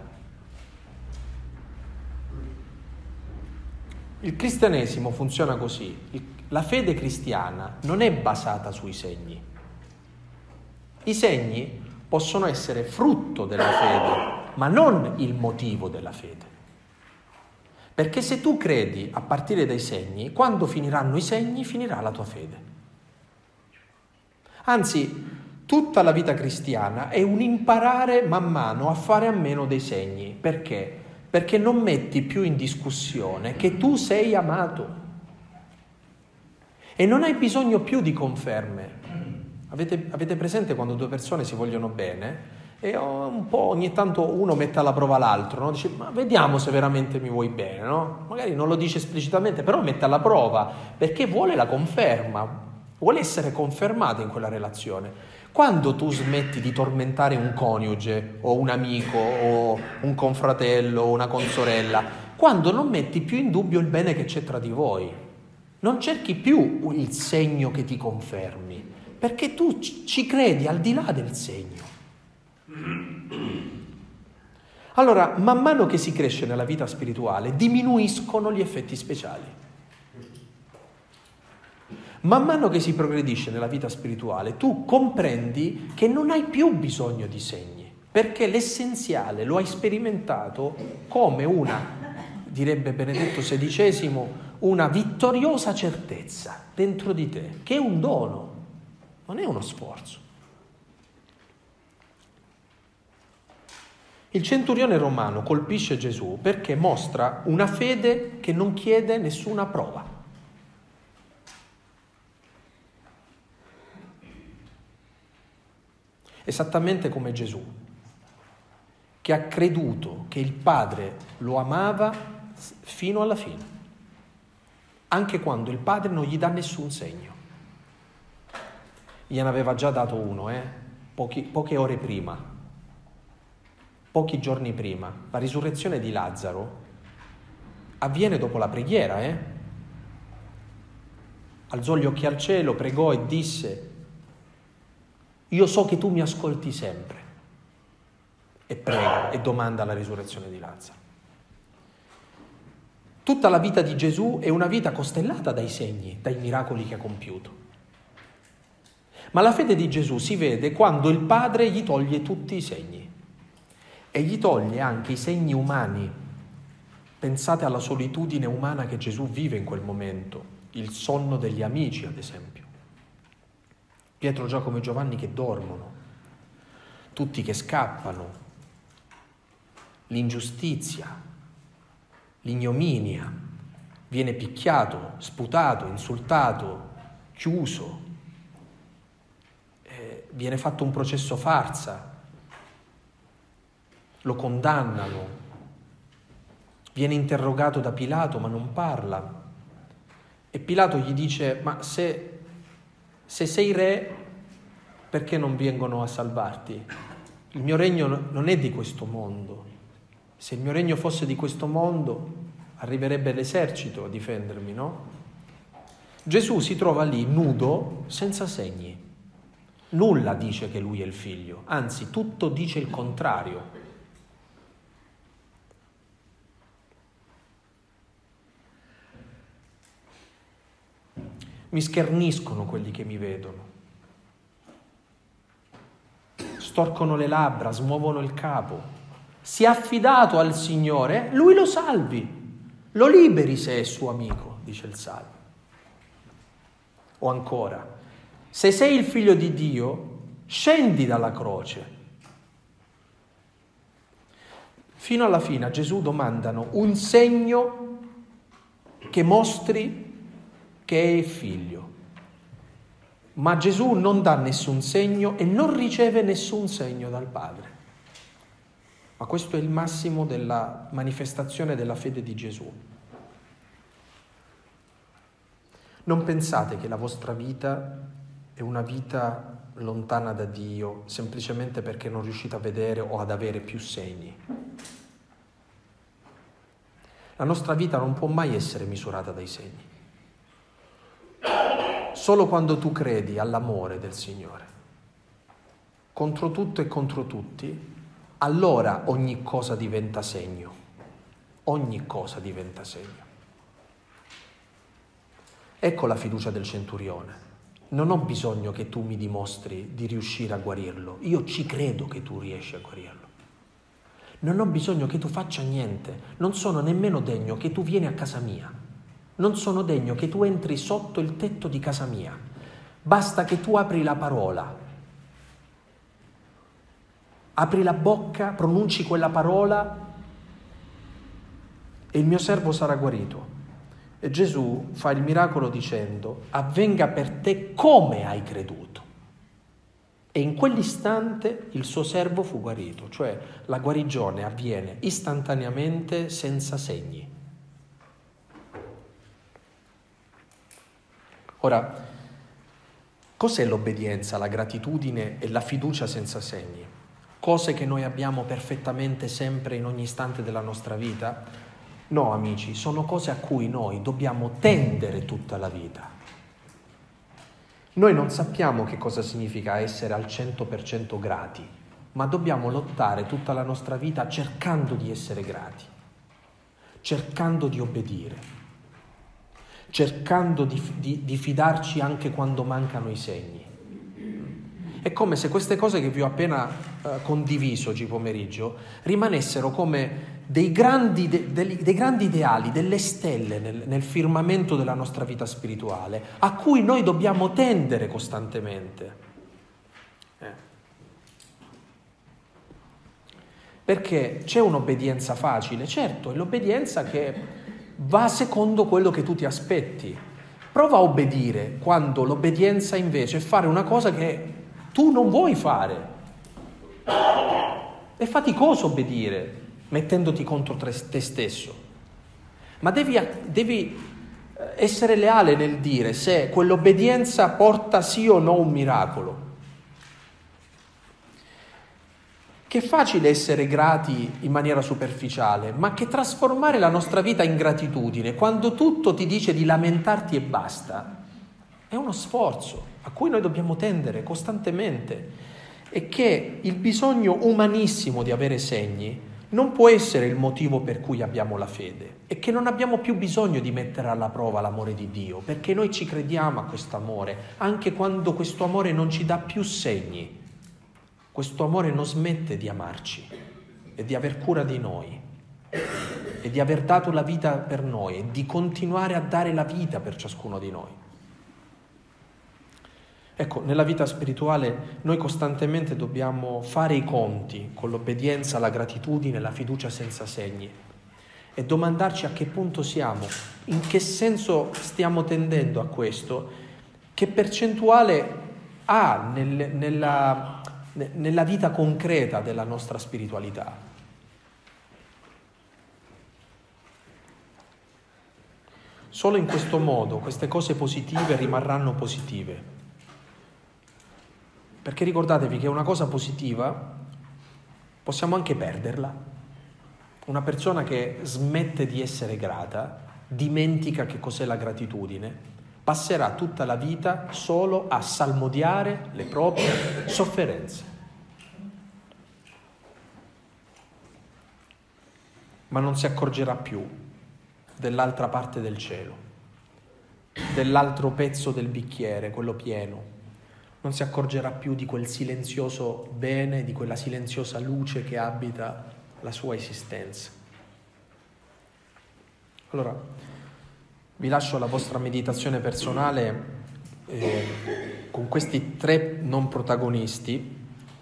Il cristianesimo funziona così. La fede cristiana non è basata sui segni. I segni possono essere frutto della fede, ma non il motivo della fede. Perché se tu credi a partire dai segni, quando finiranno i segni, finirà la tua fede. Anzi, tutta la vita cristiana è un imparare man mano a fare a meno dei segni. Perché? Perché non metti più in discussione che tu sei amato e non hai bisogno più di conferme. Avete, avete presente quando due persone si vogliono bene e un po' ogni tanto uno mette alla prova l'altro, no? Dice, ma vediamo se veramente mi vuoi bene, no? Magari non lo dice esplicitamente, però mette alla prova perché vuole la conferma, vuole essere confermato in quella relazione. Quando tu smetti di tormentare un coniuge o un amico o un confratello o una consorella, quando non metti più in dubbio il bene che c'è tra di voi, non cerchi più il segno che ti confermi, perché tu ci credi al di là del segno. Allora, man mano che si cresce nella vita spirituale, diminuiscono gli effetti speciali. Man mano che si progredisce nella vita spirituale, tu comprendi che non hai più bisogno di segni, perché l'essenziale lo hai sperimentato come una, direbbe Benedetto sedicesimo, una vittoriosa certezza dentro di te, che è un dono, non è uno sforzo. Il centurione romano colpisce Gesù perché mostra una fede che non chiede nessuna prova. Esattamente come Gesù, che ha creduto che il Padre lo amava fino alla fine, anche quando il Padre non gli dà nessun segno. Gliene aveva già dato uno, eh? Pochi, poche ore prima, pochi giorni prima. La risurrezione di Lazzaro avviene dopo la preghiera, eh? Alzò gli occhi al cielo, pregò e disse: io so che tu mi ascolti sempre. E prega e domanda la risurrezione di Lazzaro. Tutta la vita di Gesù è una vita costellata dai segni, dai miracoli che ha compiuto. Ma la fede di Gesù si vede quando il Padre gli toglie tutti i segni e gli toglie anche i segni umani. Pensate alla solitudine umana che Gesù vive in quel momento, il sonno degli amici, ad esempio. Pietro, Giacomo e Giovanni che dormono, tutti che scappano, l'ingiustizia, l'ignominia, viene picchiato, sputato, insultato, chiuso, eh, viene fatto un processo farsa, lo condannano, viene interrogato da Pilato ma non parla e Pilato gli dice: ma se Se sei re, perché non vengono a salvarti? Il mio regno non è di questo mondo. Se il mio regno fosse di questo mondo, arriverebbe l'esercito a difendermi, no? Gesù si trova lì nudo, senza segni. Nulla dice che lui è il figlio, anzi tutto dice il contrario. Mi scherniscono quelli che mi vedono, storcono le labbra, smuovono il capo. Si è affidato al Signore, lui lo salvi, lo liberi se è suo amico, dice il Salmo. O ancora, se sei il figlio di Dio, scendi dalla croce. Fino alla fine a Gesù domandano un segno che mostri che è figlio. Ma Gesù non dà nessun segno e non riceve nessun segno dal Padre. Ma questo è il massimo della manifestazione della fede di Gesù. Non pensate che la vostra vita è una vita lontana da Dio semplicemente perché non riuscite a vedere o ad avere più segni. La nostra vita non può mai essere misurata dai segni. Solo quando tu credi all'amore del Signore, contro tutto e contro tutti, allora ogni cosa diventa segno. Ogni cosa diventa segno. Ecco la fiducia del centurione. Non ho bisogno che tu mi dimostri di riuscire a guarirlo. Io ci credo che tu riesci a guarirlo. Non ho bisogno che tu faccia niente. Non sono nemmeno degno che tu vieni a casa mia. Non sono degno che tu entri sotto il tetto di casa mia. Basta che tu apri la parola. Apri la bocca, pronunci quella parola e il mio servo sarà guarito. E Gesù fa il miracolo dicendo: avvenga per te come hai creduto. E in quell'istante il suo servo fu guarito, cioè la guarigione avviene istantaneamente senza segni. Ora, cos'è l'obbedienza, la gratitudine e la fiducia senza segni? Cose che noi abbiamo perfettamente sempre in ogni istante della nostra vita? No, amici, sono cose a cui noi dobbiamo tendere tutta la vita. Noi non sappiamo che cosa significa essere al cento per cento grati, ma dobbiamo lottare tutta la nostra vita cercando di essere grati, cercando di obbedire, cercando di, di, di fidarci anche quando mancano i segni. È come se queste cose che vi ho appena eh, condiviso oggi pomeriggio rimanessero come dei grandi, de, dei, dei grandi ideali, delle stelle nel, nel firmamento della nostra vita spirituale, a cui noi dobbiamo tendere costantemente. Eh. Perché c'è un'obbedienza facile, certo, è l'obbedienza che va secondo quello che tu ti aspetti. Prova a obbedire quando l'obbedienza invece è fare una cosa che tu non vuoi fare. È faticoso obbedire mettendoti contro te stesso, ma devi, devi essere leale nel dire se quell'obbedienza porta sì o no un miracolo. Che è facile essere grati in maniera superficiale, ma che trasformare la nostra vita in gratitudine, quando tutto ti dice di lamentarti e basta, è uno sforzo a cui noi dobbiamo tendere costantemente, e che il bisogno umanissimo di avere segni non può essere il motivo per cui abbiamo la fede, e che non abbiamo più bisogno di mettere alla prova l'amore di Dio, perché noi ci crediamo a questo amore, anche quando questo amore non ci dà più segni. Questo amore non smette di amarci e di aver cura di noi e di aver dato la vita per noi e di continuare a dare la vita per ciascuno di noi. Ecco, nella vita spirituale noi costantemente dobbiamo fare i conti con l'obbedienza, la gratitudine, la fiducia senza segni e domandarci a che punto siamo, in che senso stiamo tendendo a questo, che percentuale ha nel, nella... nella vita concreta della nostra spiritualità. Solo in questo modo queste cose positive rimarranno positive. Perché ricordatevi che una cosa positiva possiamo anche perderla. Una persona che smette di essere grata dimentica che cos'è la gratitudine, passerà tutta la vita solo a salmodiare le proprie sofferenze. Ma non si accorgerà più dell'altra parte del cielo, dell'altro pezzo del bicchiere, quello pieno. Non si accorgerà più di quel silenzioso bene, di quella silenziosa luce che abita la sua esistenza. Allora, vi lascio alla vostra meditazione personale eh, con questi tre non protagonisti,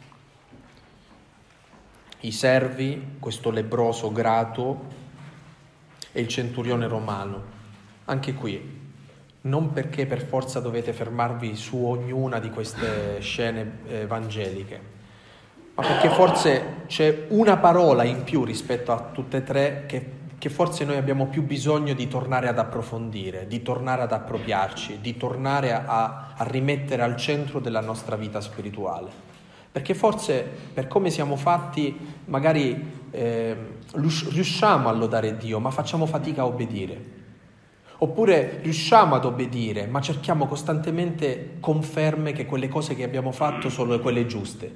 i servi, questo lebbroso grato e il centurione romano. Anche qui, non perché per forza dovete fermarvi su ognuna di queste scene evangeliche, ma perché forse c'è una parola in più rispetto a tutte e tre che, che forse noi abbiamo più bisogno di tornare ad approfondire, di tornare ad appropriarci, di tornare a, a rimettere al centro della nostra vita spirituale. Perché forse, per come siamo fatti, magari eh, riusciamo a lodare Dio, ma facciamo fatica a obbedire. Oppure riusciamo ad obbedire, ma cerchiamo costantemente conferme che quelle cose che abbiamo fatto sono quelle giuste.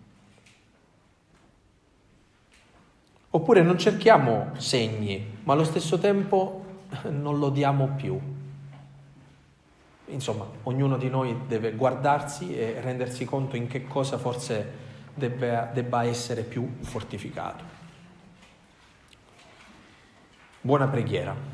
Oppure non cerchiamo segni, ma allo stesso tempo non lodiamo più. Insomma, ognuno di noi deve guardarsi e rendersi conto in che cosa forse debba, debba essere più fortificato. Buona preghiera.